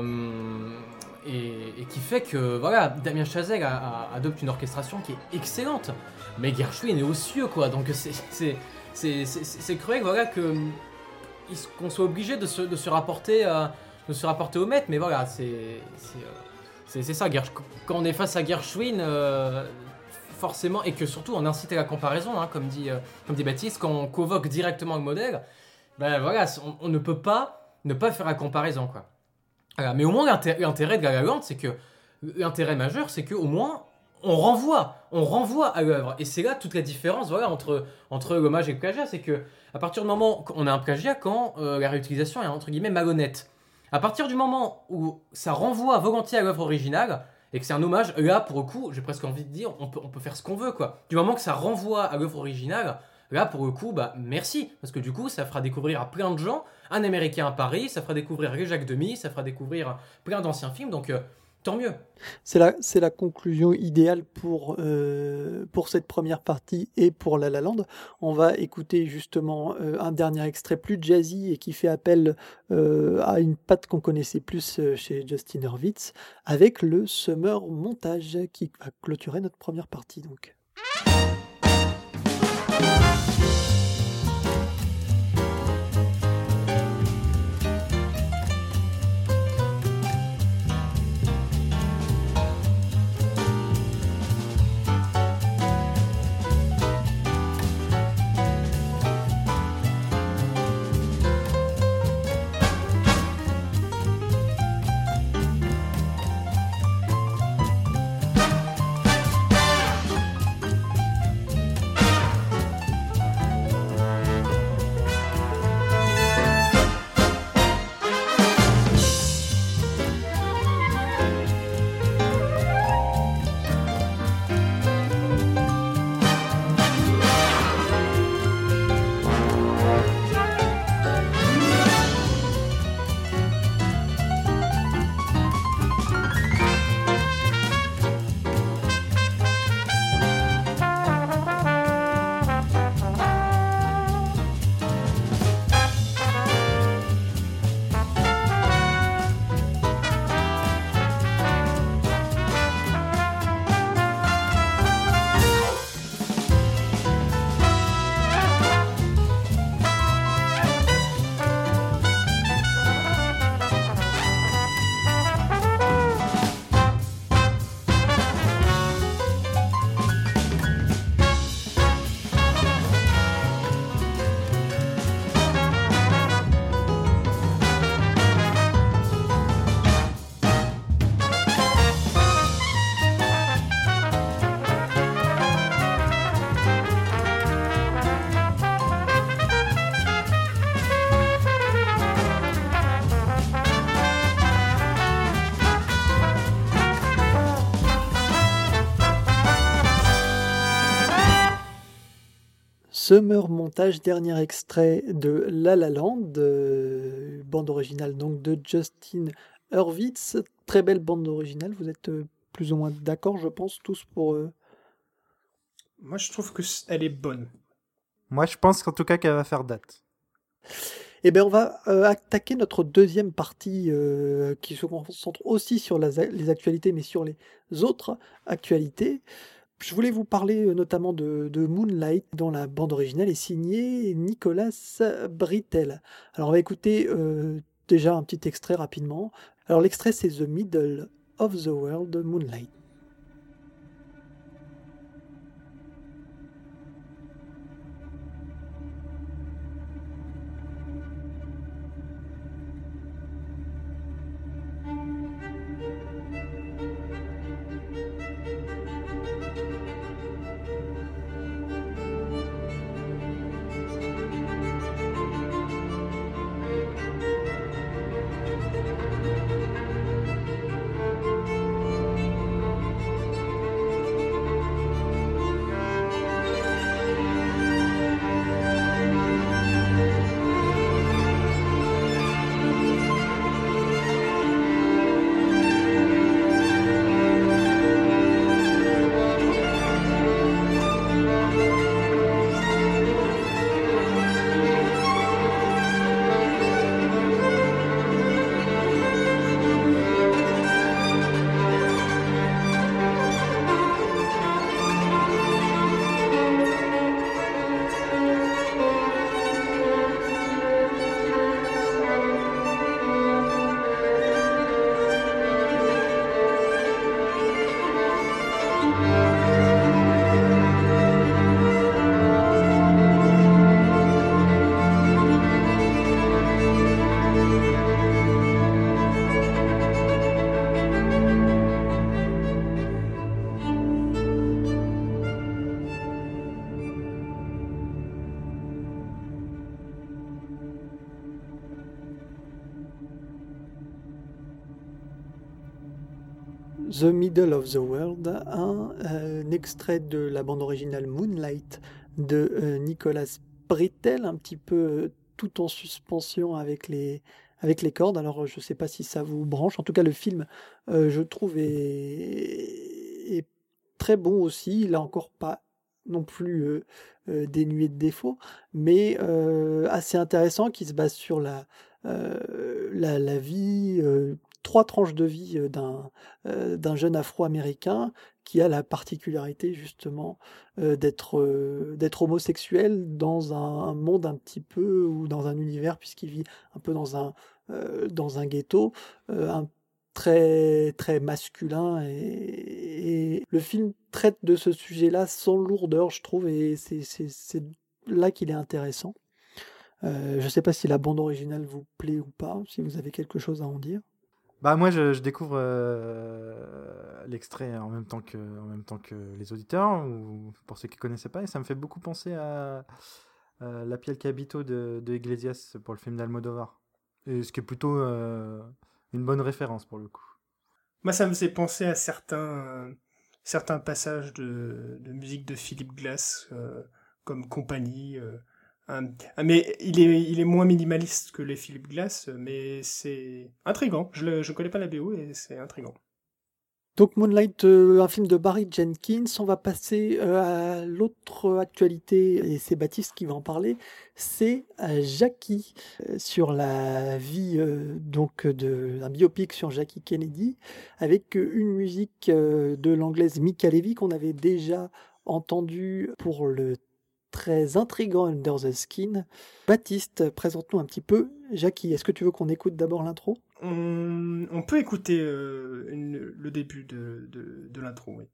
et, et qui fait que, voilà, Damien Chazelle a, a, adopte une orchestration qui est excellente. Mais Gershwin est aux cieux, quoi. Donc c'est, c'est, c'est, c'est, c'est cruel, voilà, que, qu'on soit obligé de se, de se rapporter, à, de se rapporter au maître. Mais voilà, c'est... c'est euh, C'est, c'est ça, quand on est face à Gershwin, euh, forcément, et que surtout on incite à la comparaison, hein, comme, dit, euh, comme dit Baptiste, quand on convoque directement le modèle, ben voilà, on, on ne peut pas ne pas faire la comparaison, quoi. Voilà. Mais au moins l'intérêt, l'intérêt de La La Land, c'est que l'intérêt majeur, c'est qu'au moins on renvoie, on renvoie à l'œuvre. Et c'est là toute la différence, voilà, entre entre l'hommage et le plagiat, c'est que à partir du moment qu'on a un plagiat, quand euh, la réutilisation est entre guillemets malhonnête. À partir du moment où ça renvoie volontiers à l'œuvre originale et que c'est un hommage, là pour le coup, j'ai presque envie de dire, on peut on peut faire ce qu'on veut, quoi. Du moment que ça renvoie à l'œuvre originale. Là, pour le coup, bah, merci. Parce que du coup, ça fera découvrir à plein de gens un Américain à Paris, ça fera découvrir les Jacques Demy, ça fera découvrir plein d'anciens films, donc euh, tant mieux. C'est la, c'est la conclusion idéale pour, euh, pour cette première partie et pour La La Land. On va écouter justement euh, un dernier extrait plus jazzy et qui fait appel euh, à une patte qu'on connaissait plus euh, chez Justin Hurwitz avec le Summer Montage qui va clôturer notre première partie. Donc. Summer Montage, dernier extrait de La La Land, euh, bande originale donc de Justin Hurwitz. Très belle bande originale, vous êtes euh, plus ou moins d'accord, je pense, tous pour... Euh... Moi, je trouve qu'elle est bonne. Moi, je pense qu'en tout cas qu'elle va faire date. Eh bien, on va euh, attaquer notre deuxième partie euh, qui se concentre aussi sur la, les actualités, mais sur les autres actualités. Je voulais vous parler euh, notamment de, de Moonlight, dont la bande originale est signée Nicolas Britell. Alors, on va écouter euh, déjà un petit extrait rapidement. Alors, l'extrait, c'est The Middle of the World, Moonlight. The Middle of the World, un, euh, un extrait de la bande originale Moonlight de euh, Nicolas Britell, un petit peu euh, tout en suspension avec les, avec les cordes. Alors je ne sais pas si ça vous branche, en tout cas le film euh, je trouve est, est très bon aussi, il n'a encore pas non plus euh, euh, dénué de défauts, mais euh, assez intéressant, qui se base sur la, euh, la, la vie, euh, trois tranches de vie euh, d'un, euh, d'un jeune Afro-Américain qui a la particularité justement euh, d'être, euh, d'être homosexuel dans un, un monde un petit peu, ou dans un univers, puisqu'il vit un peu dans un, euh, dans un ghetto, euh, un très très masculin, et, et le film traite de ce sujet-là sans lourdeur, je trouve, et c'est, c'est, c'est là qu'il est intéressant. Euh, je ne sais pas si la bande originale vous plaît ou pas, si vous avez quelque chose à en dire. Bah moi je, je découvre euh, l'extrait en même temps que en même temps que les auditeurs, ou pour ceux qui connaissaient pas, et ça me fait beaucoup penser à, à La Piel que habito de, de Iglesias pour le film d'Almodovar, et ce qui est plutôt euh, une bonne référence pour le coup. Moi, ça me faisait penser à certains, euh, certains passages de, de musique de Philip Glass, euh, comme Compagnie. Euh, un- ah, mais il est, il est moins minimaliste que les Philip Glass, mais c'est intriguant. Je ne connais pas la B O et c'est intriguant. Donc Moonlight, euh, un film de Barry Jenkins. On va passer euh, à l'autre actualité, et c'est Baptiste qui va en parler. C'est euh, Jackie, euh, sur la vie, euh, donc de un biopic sur Jackie Kennedy, avec euh, une musique euh, de l'anglaise Mika Levy qu'on avait déjà entendue pour le très intriguant Under the Skin. Baptiste, présente-nous un petit peu Jackie. Est-ce que tu veux qu'on écoute d'abord l'intro ? On, on peut écouter euh, une- le début de, de, de l'intro, oui.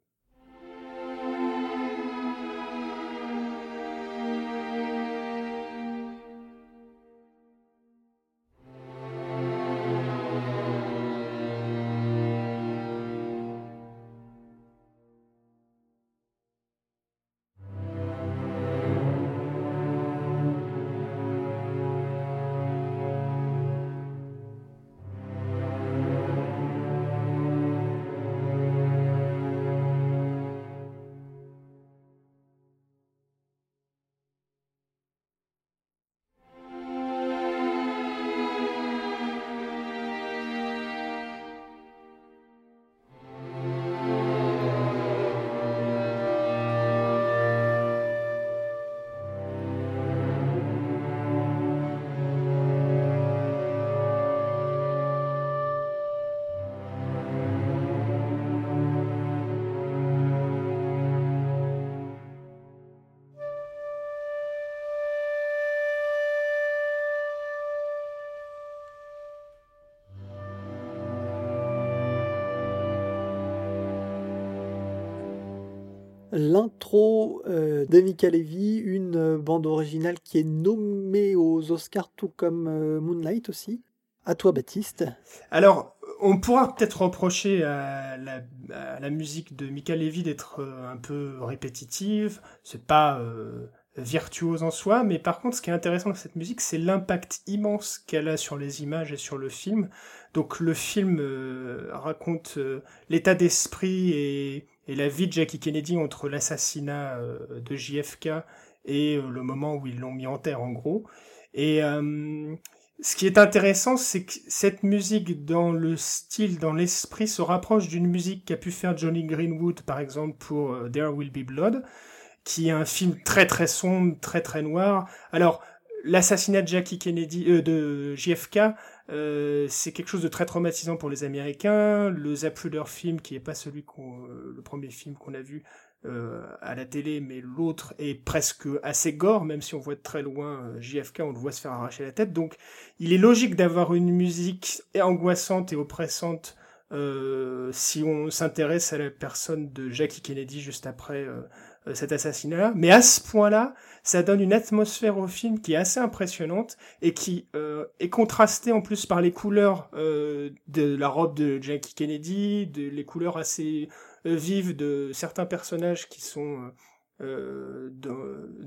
L'intro euh, de Mika Levy, une euh, bande originale qui est nommée aux Oscars, tout comme euh, Moonlight aussi. À toi, Baptiste. Alors, on pourra peut-être reprocher à la, à la musique de Mika Levy d'être euh, un peu répétitive. C'est pas euh, virtuose en soi, mais par contre, ce qui est intéressant dans cette musique, c'est l'impact immense qu'elle a sur les images et sur le film. Donc, le film euh, raconte euh, l'état d'esprit et, et la vie de Jackie Kennedy entre l'assassinat euh, de J F K et euh, le moment où ils l'ont mis en terre, en gros. Et euh, ce qui est intéressant, c'est que cette musique, dans le style, dans l'esprit, se rapproche d'une musique qu'a pu faire Johnny Greenwood, par exemple, pour euh, There Will Be Blood, qui est un film très très sombre, très très noir. Alors, l'assassinat de Jackie Kennedy, euh, de J F K, euh, c'est quelque chose de très traumatisant pour les Américains. Le Zapruder film, qui est pas celui qu'on, euh, le premier film qu'on a vu euh, à la télé, mais l'autre est presque assez gore, même si on voit de très loin euh, J F K, on le voit se faire arracher la tête. Donc, il est logique d'avoir une musique angoissante et oppressante euh, si on s'intéresse à la personne de Jackie Kennedy juste après euh, euh, cet assassinat. Mais à ce point-là, ça donne une atmosphère au film qui est assez impressionnante et qui euh, est contrastée en plus par les couleurs euh, de la robe de Jackie Kennedy, de, les couleurs assez euh, vives de certains personnages qui sont euh, de,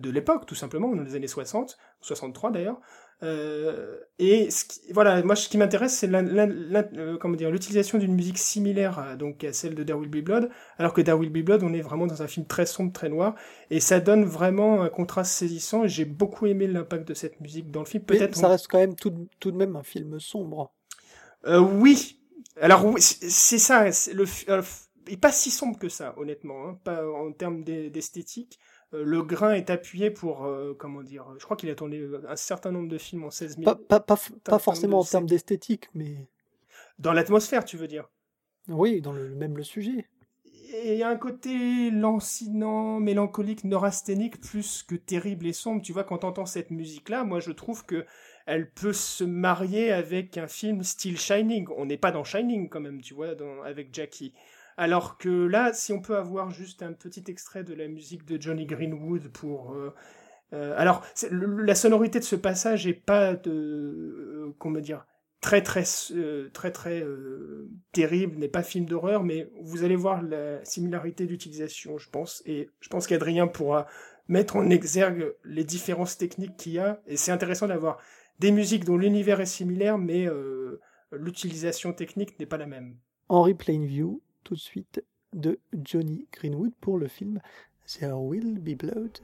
de l'époque, tout simplement, dans les années soixante, soixante-trois d'ailleurs. Euh, et ce qui, voilà, moi ce qui m'intéresse, c'est la, la, la, euh, comment dire, l'utilisation d'une musique similaire à, donc, à celle de There Will Be Blood, alors que There Will Be Blood, on est vraiment dans un film très sombre, très noir, et ça donne vraiment un contraste saisissant, et j'ai beaucoup aimé l'impact de cette musique dans le film. Mais Peut-être ça on... reste quand même tout, tout de même un film sombre. Euh, oui, alors oui, c'est, c'est ça, c'est le, euh, et pas si sombre que ça, honnêtement, hein, pas en termes d'esthétique. Euh, le grain est appuyé pour, euh, comment dire, je crois qu'il a tourné un certain nombre de films en seize mille. Pas, pas, pas, pas forcément en termes d'esthétique, mais... Dans l'atmosphère, tu veux dire? Oui, dans le même le sujet. Et il y a un côté lancinant, mélancolique, neurasthénique, plus que terrible et sombre. Tu vois, quand t'entends cette musique-là, moi je trouve que elle peut se marier avec un film style Shining. On n'est pas dans Shining quand même, tu vois, dans, avec Jackie. Alors que là, si on peut avoir juste un petit extrait de la musique de Johnny Greenwood pour... Euh, euh, alors, le, la sonorité de ce passage est pas de... Euh, comment dire très très euh, très très euh, terrible, n'est pas film d'horreur, mais vous allez voir la similarité d'utilisation, je pense, et je pense qu'Adrien pourra mettre en exergue les différences techniques qu'il y a, et c'est intéressant d'avoir des musiques dont l'univers est similaire, mais euh, l'utilisation technique n'est pas la même. Henry Plainview, tout de suite, de Johnny Greenwood pour le film There Will Be Blood.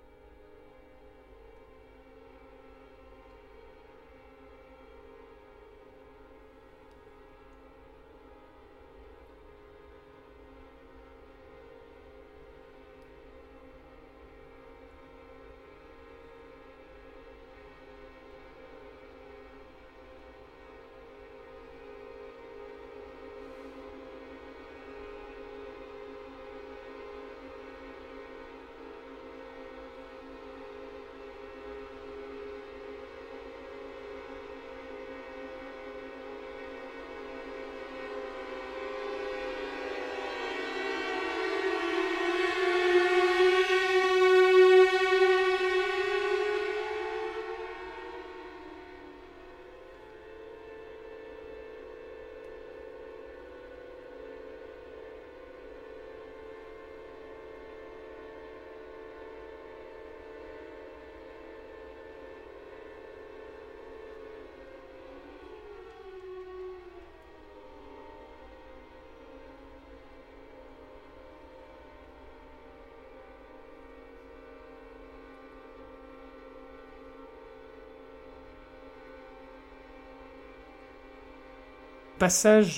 Passage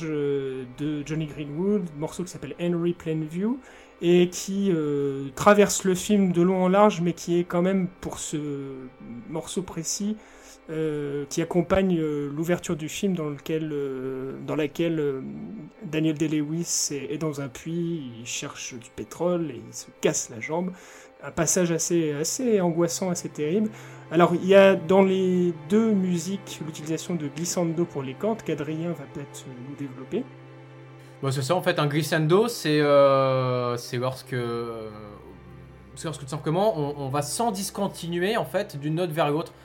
de Johnny Greenwood, morceau qui s'appelle Henry Plainview, et qui euh, traverse le film de long en large, mais qui est quand même, pour ce morceau précis, euh, qui accompagne euh, l'ouverture du film dans, lequel, euh, dans laquelle euh, Daniel Day-Lewis est, est dans un puits, il cherche du pétrole et il se casse la jambe. Un passage assez, assez angoissant, assez terrible. Alors, il y a dans les deux musiques l'utilisation de glissando pour les cordes, qu'Adrien va peut-être nous développer. Bon, c'est ça, en fait, un glissando, c'est, euh, c'est lorsque, euh, c'est lorsque tout simplement on, on va sans discontinuer en fait d'une note vers l'autre.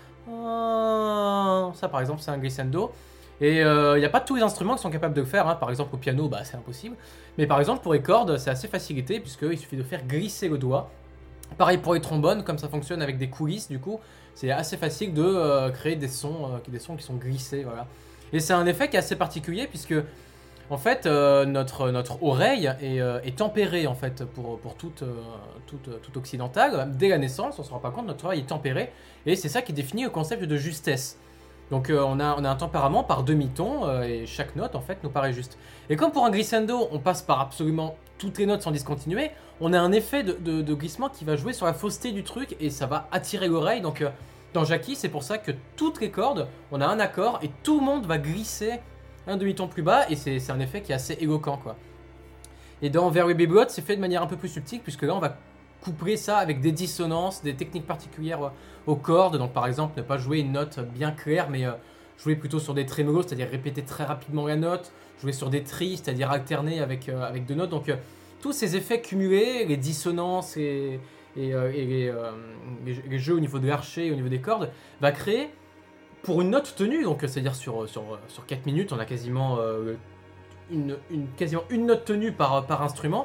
Ça, par exemple, c'est un glissando. Et il euh, n'y a pas tous les instruments qui sont capables de le faire. Hein. Par exemple, au piano, bah, c'est impossible. Mais par exemple, pour les cordes, c'est assez facilité puisqu'il suffit de faire glisser le doigt. Pareil pour les trombones, comme ça fonctionne avec des coulisses, du coup, c'est assez facile de euh, créer des sons, euh, des sons qui sont glissés, voilà. Et c'est un effet qui est assez particulier puisque, en fait, euh, notre, notre oreille est, euh, est tempérée, en fait, pour, pour toute, euh, toute, toute occidentale. Dès la naissance, on ne se rend pas compte, notre oreille est tempérée, et c'est ça qui définit le concept de justesse. Donc euh, on, a, on a un tempérament par demi-ton, euh, et chaque note, en fait, nous paraît juste. Et comme pour un glissando, on passe par absolument toutes les notes sans discontinuer, on a un effet de, de, de glissement qui va jouer sur la fausseté du truc, et ça va attirer l'oreille. Donc euh, dans Jackie, c'est pour ça que toutes les cordes, on a un accord, et tout le monde va glisser un demi-ton plus bas, et c'est, c'est un effet qui est assez éloquent, quoi. Et dans There Will Be Blood, c'est fait de manière un peu plus subtile, puisque là, on va coupler ça avec des dissonances, des techniques particulières aux cordes. Donc par exemple, ne pas jouer une note bien claire, mais euh, jouer plutôt sur des trémolos, c'est-à-dire répéter très rapidement la note, jouer sur des tris, c'est-à-dire alterner avec, euh, avec deux notes. Donc euh, tous ces effets cumulés, les dissonances et, et, euh, et les, euh, les, les jeux au niveau de l'archet, au niveau des cordes, va créer pour une note tenue, donc c'est-à-dire sur, sur, sur quatre minutes, on a quasiment, euh, une, une, quasiment une note tenue par, par instrument,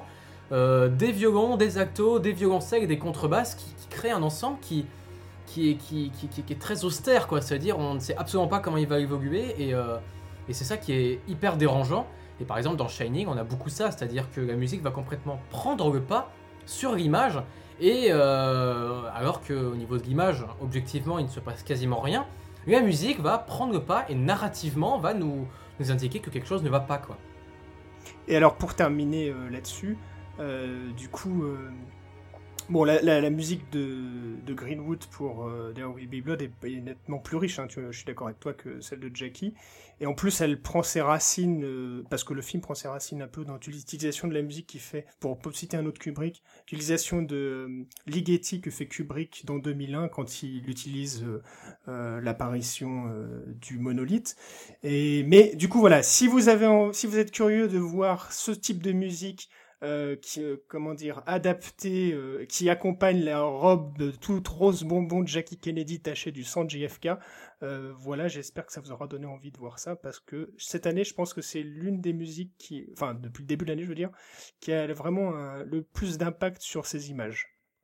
euh, des violons, des altos, des violoncelles et des contrebasses qui, qui créent un ensemble qui, qui, est, qui, qui, qui, qui est très austère, quoi. C'est-à-dire on ne sait absolument pas comment il va évoluer et, euh, et c'est ça qui est hyper dérangeant. Et par exemple dans Shining on a beaucoup ça, c'est-à-dire que la musique va complètement prendre le pas sur l'image et euh, alors qu'au niveau de l'image, objectivement il ne se passe quasiment rien, la musique va prendre le pas et narrativement va nous, nous indiquer que quelque chose ne va pas, quoi. Et alors pour terminer euh, là-dessus, euh, du coup, euh, bon, la, la, la musique de, de Greenwood pour euh, There Will Be Blood est, est nettement plus riche, hein, tu, je suis d'accord avec toi, que celle de Jackie. Et en plus, elle prend ses racines, euh, parce que le film prend ses racines un peu dans l'utilisation de la musique qu'il fait, pour, pour citer un autre Kubrick, l'utilisation de euh, Ligeti que fait Kubrick dans deux mille un, quand il utilise euh, euh, l'apparition euh, du monolithe. Et, mais du coup, voilà, si vous, avez en, si vous êtes curieux de voir ce type de musique, Euh, qui, euh, comment dire, adapté, euh, qui accompagne la robe de toute rose bonbon de Jackie Kennedy tachée du sang de J F K. Euh, voilà, j'espère que ça vous aura donné envie de voir ça, parce que cette année, je pense que c'est l'une des musiques qui, enfin, depuis le début de l'année, je veux dire, qui a vraiment un, le plus d'impact sur ces images.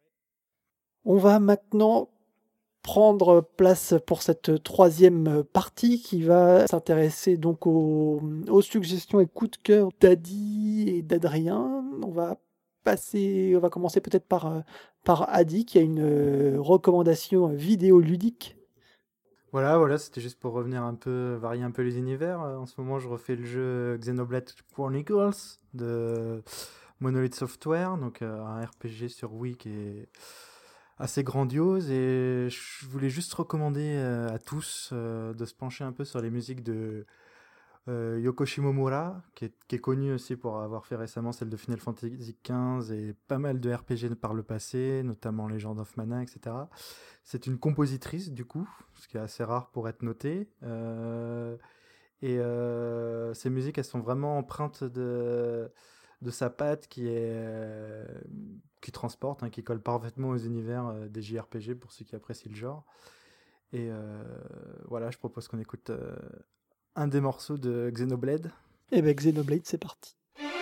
On va maintenant prendre place pour cette troisième partie qui va s'intéresser donc aux, aux suggestions et coups de cœur d'Adi et d'Adrien. On va passer, on va commencer peut-être par, par Adi qui a une recommandation vidéoludique. Voilà, voilà, c'était juste pour revenir un peu, varier un peu les univers. En ce moment, je refais le jeu Xenoblade Chronicles de Monolith Software, donc un R P G sur Wii qui est assez grandiose, et je voulais juste recommander euh, à tous euh, de se pencher un peu sur les musiques de euh, Yoko Shimomura, qui est, qui est connu aussi pour avoir fait récemment celle de Final Fantasy quinze et pas mal de R P G par le passé, notamment Legend of Mana, et cetera. C'est une compositrice du coup, ce qui est assez rare pour être noté. Euh, et euh, ces musiques, elles sont vraiment empreintes de de sa patte qui est euh, qui transporte, hein, qui colle parfaitement aux univers euh, des J R P G pour ceux qui apprécient le genre. Et euh, voilà, je propose qu'on écoute euh, un des morceaux de Xenoblade. Et ben Xenoblade, c'est parti.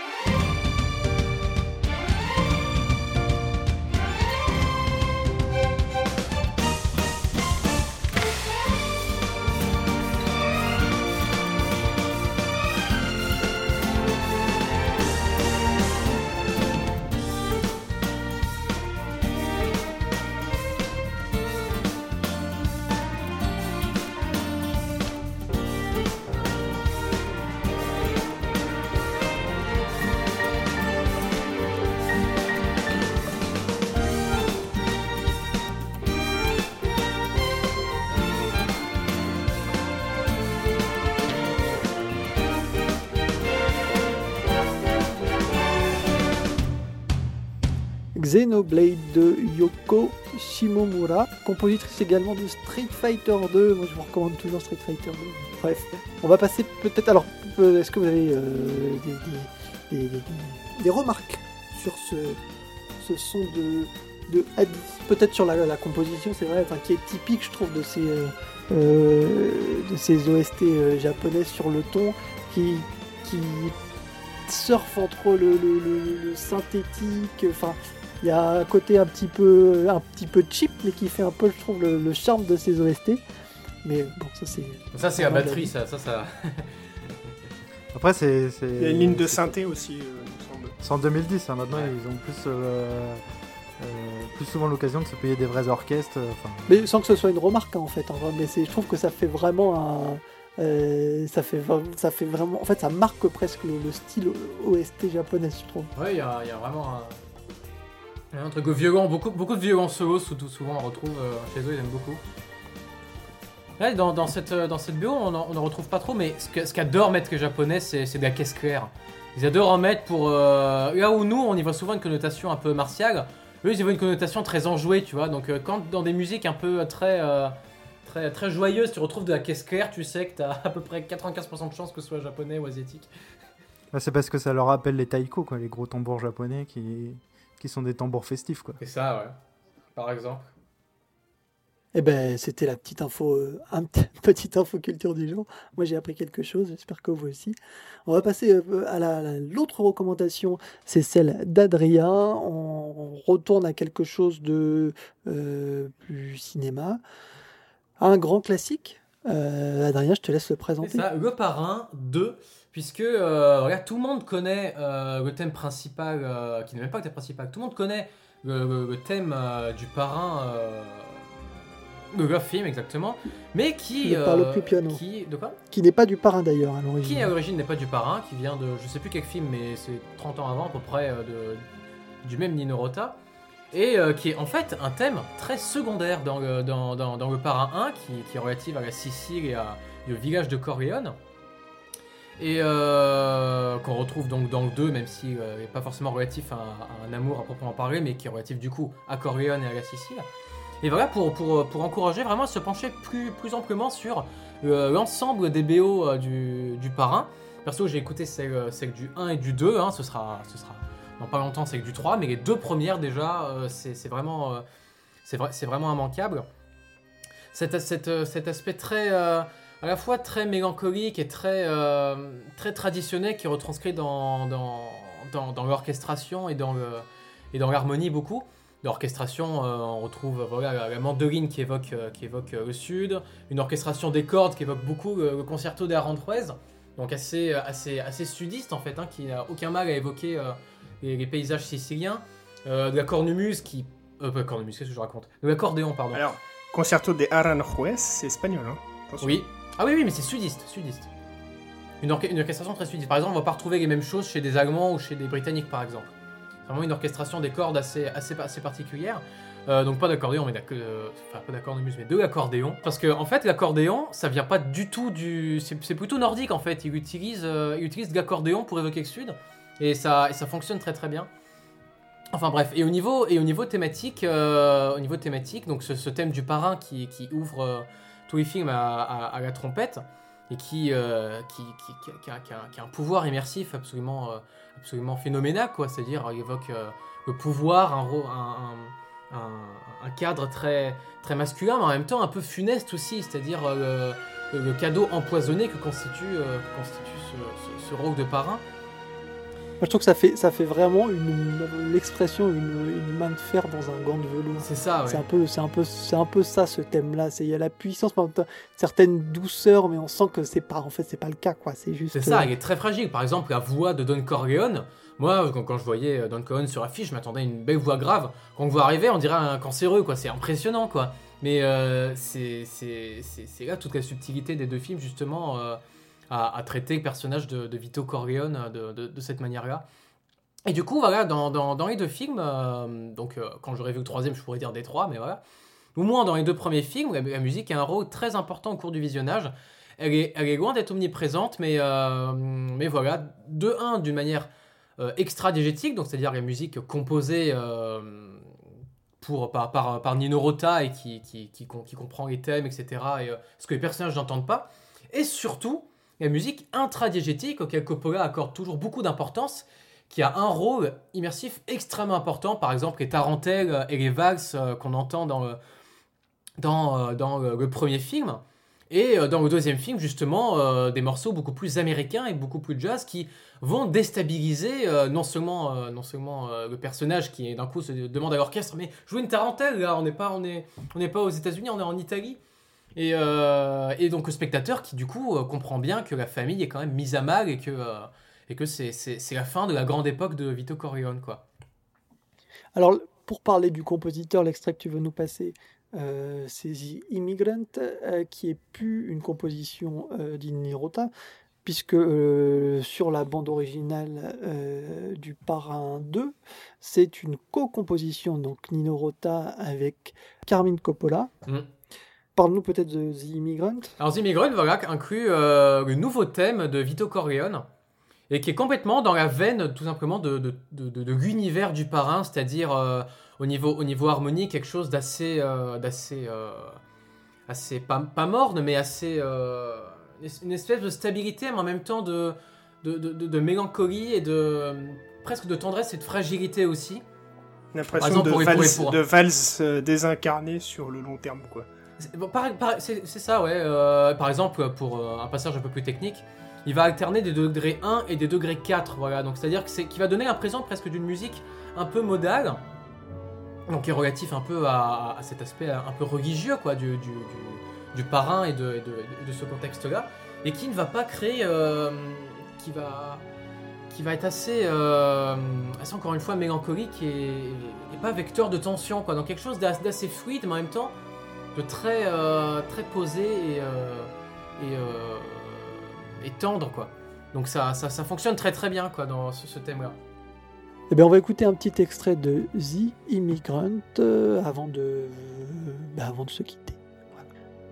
Xenoblade de Yoko Shimomura, compositrice également de Street Fighter deux. Moi je vous recommande toujours Street Fighter deux. Bref, on va passer peut-être. Alors, est-ce que vous avez euh, des, des, des, des, des remarques sur ce, ce son de, de Adi? Peut-être sur la, la composition, c'est vrai, enfin, qui est typique, je trouve, de ces, euh, euh, de ces O S T euh, japonaises sur le ton, qui, qui surfe entre le, le, le, le synthétique, enfin. Il y a un côté un petit peu, un petit peu cheap, mais qui fait un peu, je trouve, le, le charme de ces O S T. Mais bon, ça c'est. Ça c'est la batterie, ça, ça, ça. Après, c'est, c'est. Il y a une ligne de synthé aussi, euh, il me semble. C'est en deux mille dix, hein, maintenant Ouais. ils ont plus, euh, euh, plus souvent l'occasion de se payer des vrais orchestres. Enfin. Mais sans que ce soit une remarque, hein, en fait. En vrai. Mais c'est, je trouve que ça fait vraiment un. Euh, ça, fait, ça fait vraiment. En fait, ça marque presque le, le style O S T japonais, je trouve. Ouais, il y a, y a vraiment un. Un truc violent, beaucoup, beaucoup de violents solos, surtout souvent on retrouve euh, chez eux, ils aiment beaucoup. Là, dans, dans cette, dans cette B O, on en, on en retrouve pas trop, mais ce, que, ce qu'adorent mettre les japonais, c'est, c'est de la caisse claire. Ils adorent en mettre pour... Euh, là où nous, on y voit souvent une connotation un peu martiale, eux, ils y voient une connotation très enjouée, tu vois. Donc euh, quand dans des musiques un peu très, euh, très, très joyeuses, tu retrouves de la caisse claire, tu sais que t'as à peu près quatre-vingt-quinze pour cent de chances que ce soit japonais ou asiatique. Là, c'est parce que ça leur rappelle les taiko, quoi, les gros tambours japonais qui... qui sont des tambours festifs, quoi. C'est ça, ouais. Par exemple. Eh ben, c'était la petite info, euh, un petit- petite info culture du jour. Moi, j'ai appris quelque chose, j'espère que vous aussi. On va passer euh, à la- la- l'autre recommandation, c'est celle d'Adrien. On, on retourne à quelque chose de euh, plus cinéma. Un grand classique. Euh, Adrien, je te laisse le C'est présenter. ça, Le Parrain deux, puisque euh, regarde, tout le monde connaît euh, le thème principal, euh, qui n'est même pas le thème principal, tout le monde connaît le, le- le thème euh, du parrain, euh, de le film exactement, mais qui... Le parle plus piano. qui de quoi Qui n'est pas du parrain d'ailleurs à Qui l'origine. à l'origine n'est pas du parrain, qui vient de, je sais plus quel film, mais c'est trente ans avant à peu près, euh, de, du même Nino Rota, et euh, qui est en fait un thème très secondaire dans le, dans, dans, dans le Parrain un, qui, qui est relatif à la Sicile et, à, et au village de Corleone, et euh, qu'on retrouve donc dans le deux, même s'il n'est pas forcément relatif à, à un amour à proprement parler, mais qui est relatif du coup à Corleone et à la Sicile. Et voilà, pour, pour, pour encourager vraiment à se pencher plus, plus amplement sur euh, l'ensemble des B O euh, du, du Parrain. Perso, j'ai écouté celle, celle du un et du deux, hein, ce sera, ce sera dans pas longtemps celle du trois, mais les deux premières déjà, euh, c'est, c'est, vraiment, euh, c'est, vrai, c'est vraiment immanquable. Cet, cet, cet aspect très, euh, à la fois très mélancolique et très, euh, très traditionnel qui est retranscrit dans, dans, dans, dans l'orchestration et dans, le, et dans l'harmonie beaucoup. L'orchestration, euh, on retrouve voilà, la, la mandoline qui évoque, euh, qui évoque euh, le sud, une orchestration des cordes qui évoque beaucoup le, le concerto de Aranjuez, donc assez, assez, assez sudiste en fait, hein, qui n'a aucun mal à évoquer euh, les, les paysages siciliens, euh, de la cornemuse qui... Euh, pas la cornemuse, qu'est-ce que je raconte De l'accordéon, pardon. Alors, Concerto de Aranjuez, c'est espagnol, hein. Attention. Oui. Ah oui, oui, mais c'est sudiste, sudiste. Une, orche- une orchestration très sudiste. Par exemple, on va pas retrouver les mêmes choses chez des Allemands ou chez des Britanniques, par exemple. C'est vraiment une orchestration des cordes assez, assez, assez particulière. Euh, donc pas d'accordéon, mais d'ac- euh, enfin pas d'accornemuse, mais de l'accordéon. Parce que en fait, l'accordéon, ça vient pas du tout du... C'est, c'est plutôt nordique, en fait. Il utilise, euh, il utilise de l'accordéon pour évoquer le sud. Et ça, et ça fonctionne très très bien. Enfin bref, et au niveau, et au niveau thématique, euh, au niveau thématique, donc ce, ce thème du parrain qui, qui ouvre euh, tous les films à, à- à la trompette et qui, euh, qui, qui, qui, qui a, qui a- qui a un pouvoir immersif absolument, euh, absolument phénoménal, quoi. C'est-à-dire, il évoque euh, le pouvoir, un, ro- un, un, un- un cadre très, très masculin, mais en même temps un peu funeste aussi, c'est-à-dire euh, le, le cadeau empoisonné que constitue, euh, que constitue ce, ce- ce rôle de parrain. Moi, je trouve que ça fait, ça fait vraiment une, l'expression une, une main de fer dans un gant de velours. C'est ça, ouais. C'est un peu, c'est un peu, c'est un peu ça ce thème-là. C'est il y a la puissance, mais en même temps, une certaine douceur, mais on sent que c'est pas, en fait, c'est pas le cas, quoi. C'est juste. C'est ça, euh, il est très fragile. Par exemple, la voix de Don Corleone, moi, quand, quand je voyais Don Corleone sur l'affiche, je m'attendais à une belle voix grave. Quand on le voit arriver, on dirait un cancéreux, quoi. C'est impressionnant, quoi. Mais euh, c'est, c'est, c'est, c'est là toute la subtilité des deux films, justement, euh, à, à traiter le personnage de, de Vito Corleone de, de, de cette manière-là. Et du coup, voilà, dans, dans, dans les deux films, euh, donc euh, quand j'aurais vu le troisième, je pourrais dire des trois, mais voilà. Au moins, dans les deux premiers films, la, la musique a un rôle très important au cours du visionnage. Elle est, elle est loin d'être omniprésente, mais, euh, mais voilà, de un, d'une manière euh, extra-diégétique, donc c'est-à-dire les musiques composées euh, pour, par, par, par Nino Rota et qui, qui, qui, com- qui comprend les thèmes, et cetera, et euh, ce que les personnages n'entendent pas. Et surtout, la musique intra-diégétique, auquel Coppola accorde toujours beaucoup d'importance, qui a un rôle immersif extrêmement important, par exemple les tarentelles et les valses euh, qu'on entend dans, le, dans, euh, dans le, le premier film, et euh, dans le deuxième film, justement, euh, des morceaux beaucoup plus américains et beaucoup plus jazz qui vont déstabiliser euh, non seulement, euh, non seulement euh, le personnage qui d'un coup se demande à l'orchestre, mais jouer une tarentelle, là, on n'est pas, on est, on n'est pas aux États-Unis, on est en Italie. Et, euh, et donc le spectateur qui du coup euh, comprend bien que la famille est quand même mise à mal et que... Euh, et que c'est, c'est, c'est la fin de la grande époque de Vito Corleone, quoi. Alors, pour parler du compositeur, l'extrait que tu veux nous passer, euh, c'est The Immigrant, euh, qui est plus une composition euh, d'Nino Rota, puisque euh, sur la bande originale euh, du Parrain deux, c'est une co-composition, donc Nino Rota avec Carmine Coppola. Mm. Parle-nous peut-être de The Immigrant. Alors The Immigrant, voilà, inclut euh, le nouveau thème de Vito Corleone, et qui est complètement dans la veine, tout simplement, de, de, de, de, de l'univers du Parrain, c'est-à-dire euh, au, niveau, au niveau harmonie, quelque chose d'assez, euh, d'assez, euh, assez pas, pas morne, mais assez, euh, une espèce de stabilité, mais en même temps de, de, de, de, de mélancolie et de presque de tendresse et de fragilité aussi. L'impression exemple, de pour les- valse, pour les- de valse euh, désincarnée sur le long terme, quoi. C'est, bon, par- par- c'est- c'est ça, ouais. Euh, par exemple, pour euh, un passage un peu plus technique, il va alterner des degrés un et des degrés quatre, voilà. Donc c'est-à-dire que c'est, qu'il va donner l'impression presque d'une musique un peu modale, donc qui est relatif un peu à, à cet aspect un peu religieux, quoi, du, du, du, du parrain et de, et de, de ce contexte-là, et qui ne va pas créer, euh, qui va, qui va être assez, euh, assez encore une fois mélancolique et, et pas vecteur de tension, quoi. Donc quelque chose d'assez, d'assez fluide, mais en même temps de très, euh, très posé et, euh, et, euh, et tendre, quoi. Donc ça, ça, ça fonctionne très très bien, quoi, dans ce, ce thème-là. Eh bien, on va écouter un petit extrait de The Immigrant euh, avant de, euh, bah, avant de se quitter. Voilà.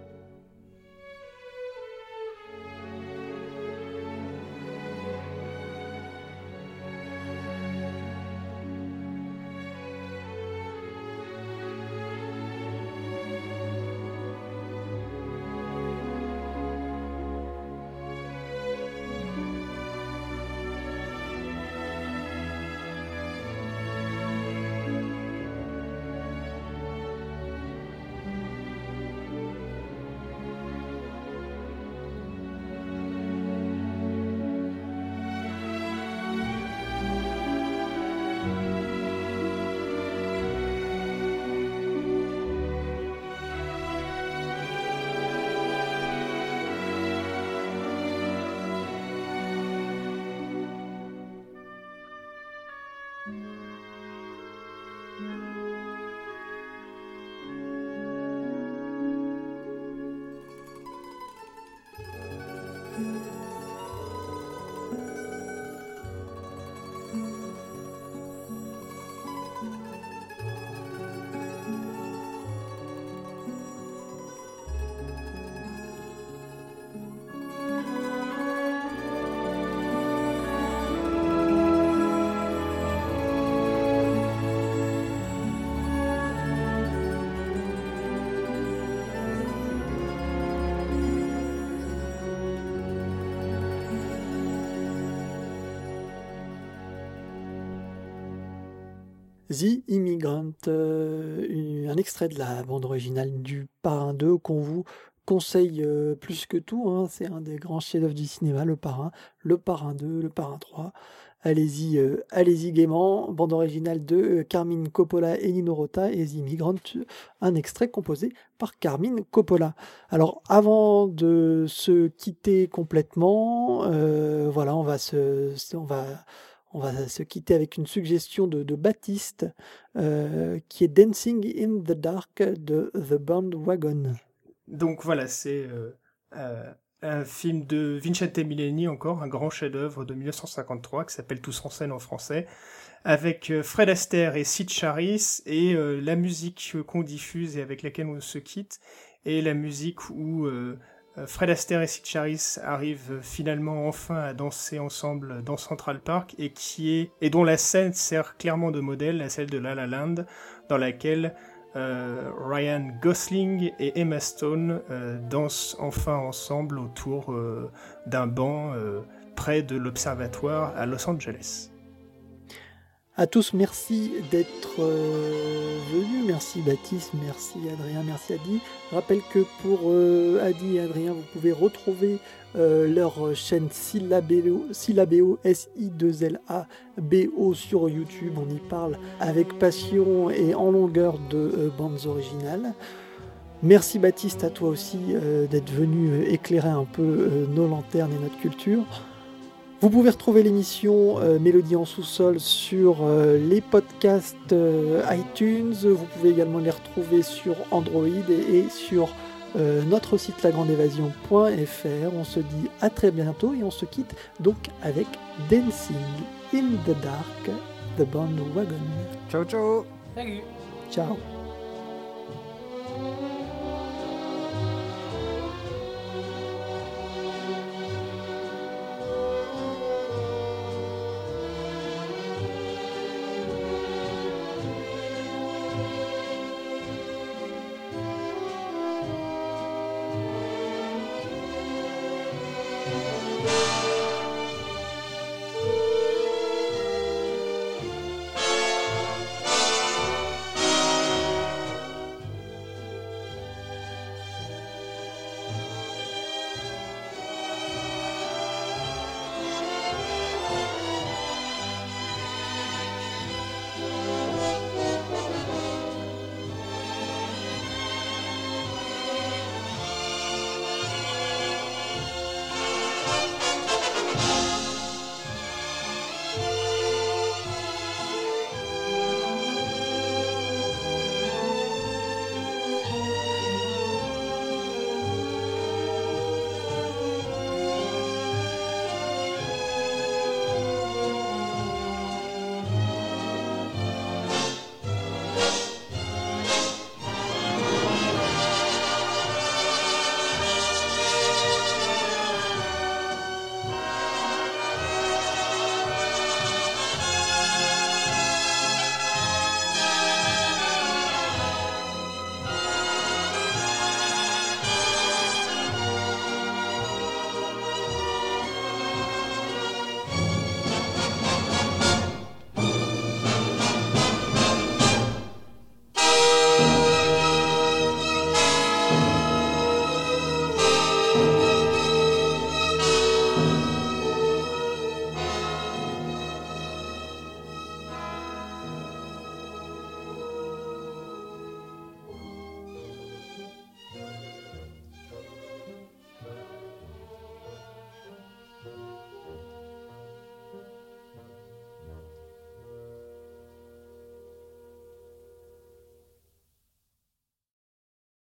The Immigrant, euh, un extrait de la bande originale du Parrain deux qu'on vous conseille euh, plus que tout, hein. C'est un des grands chefs-d'œuvre du cinéma, le Parrain, le Parrain deux, le Parrain trois. Allez-y, euh, allez-y gaiement. Bande originale de euh, Carmine Coppola et Nino Rota, et The Immigrant, un extrait composé par Carmine Coppola. Alors, avant de se quitter complètement, euh, voilà, on va se, on va On va se quitter avec une suggestion de, de Baptiste, euh, qui est Dancing in the Dark de The Bandwagon. Donc voilà, c'est euh, euh, un film de Vincente Milleni, encore un grand chef-d'œuvre de dix-neuf cent cinquante-trois qui s'appelle Tous en scène en français, avec euh, Fred Astaire et Sid Charisse, et euh, la musique qu'on diffuse et avec laquelle on se quitte, et la musique où euh, Fred Astaire et Sid Charisse arrivent finalement enfin à danser ensemble dans Central Park, et qui est et dont la scène sert clairement de modèle, la scène de La La Land, dans laquelle euh, Ryan Gosling et Emma Stone euh, dansent enfin ensemble autour euh, d'un banc euh, près de l'observatoire à Los Angeles. À tous, merci d'être euh, venus. Merci Baptiste, merci Adrien, merci Adi. Je rappelle que pour euh, Adi et Adrien, vous pouvez retrouver euh, leur chaîne Syllabéo, Syllabéo, S I deux L A B O sur YouTube. On y parle avec passion et en longueur de euh, bandes originales. Merci Baptiste, à toi aussi euh, d'être venu euh, éclairer un peu euh, nos lanternes et notre culture. Vous pouvez retrouver l'émission euh, Mélodie en sous-sol sur euh, les podcasts euh, iTunes. Vous pouvez également les retrouver sur Android et, et sur euh, notre site la grande évasion point f r. On se dit à très bientôt et on se quitte donc avec Dancing in the Dark, The Bandwagon. Ciao ciao. Salut. Ciao.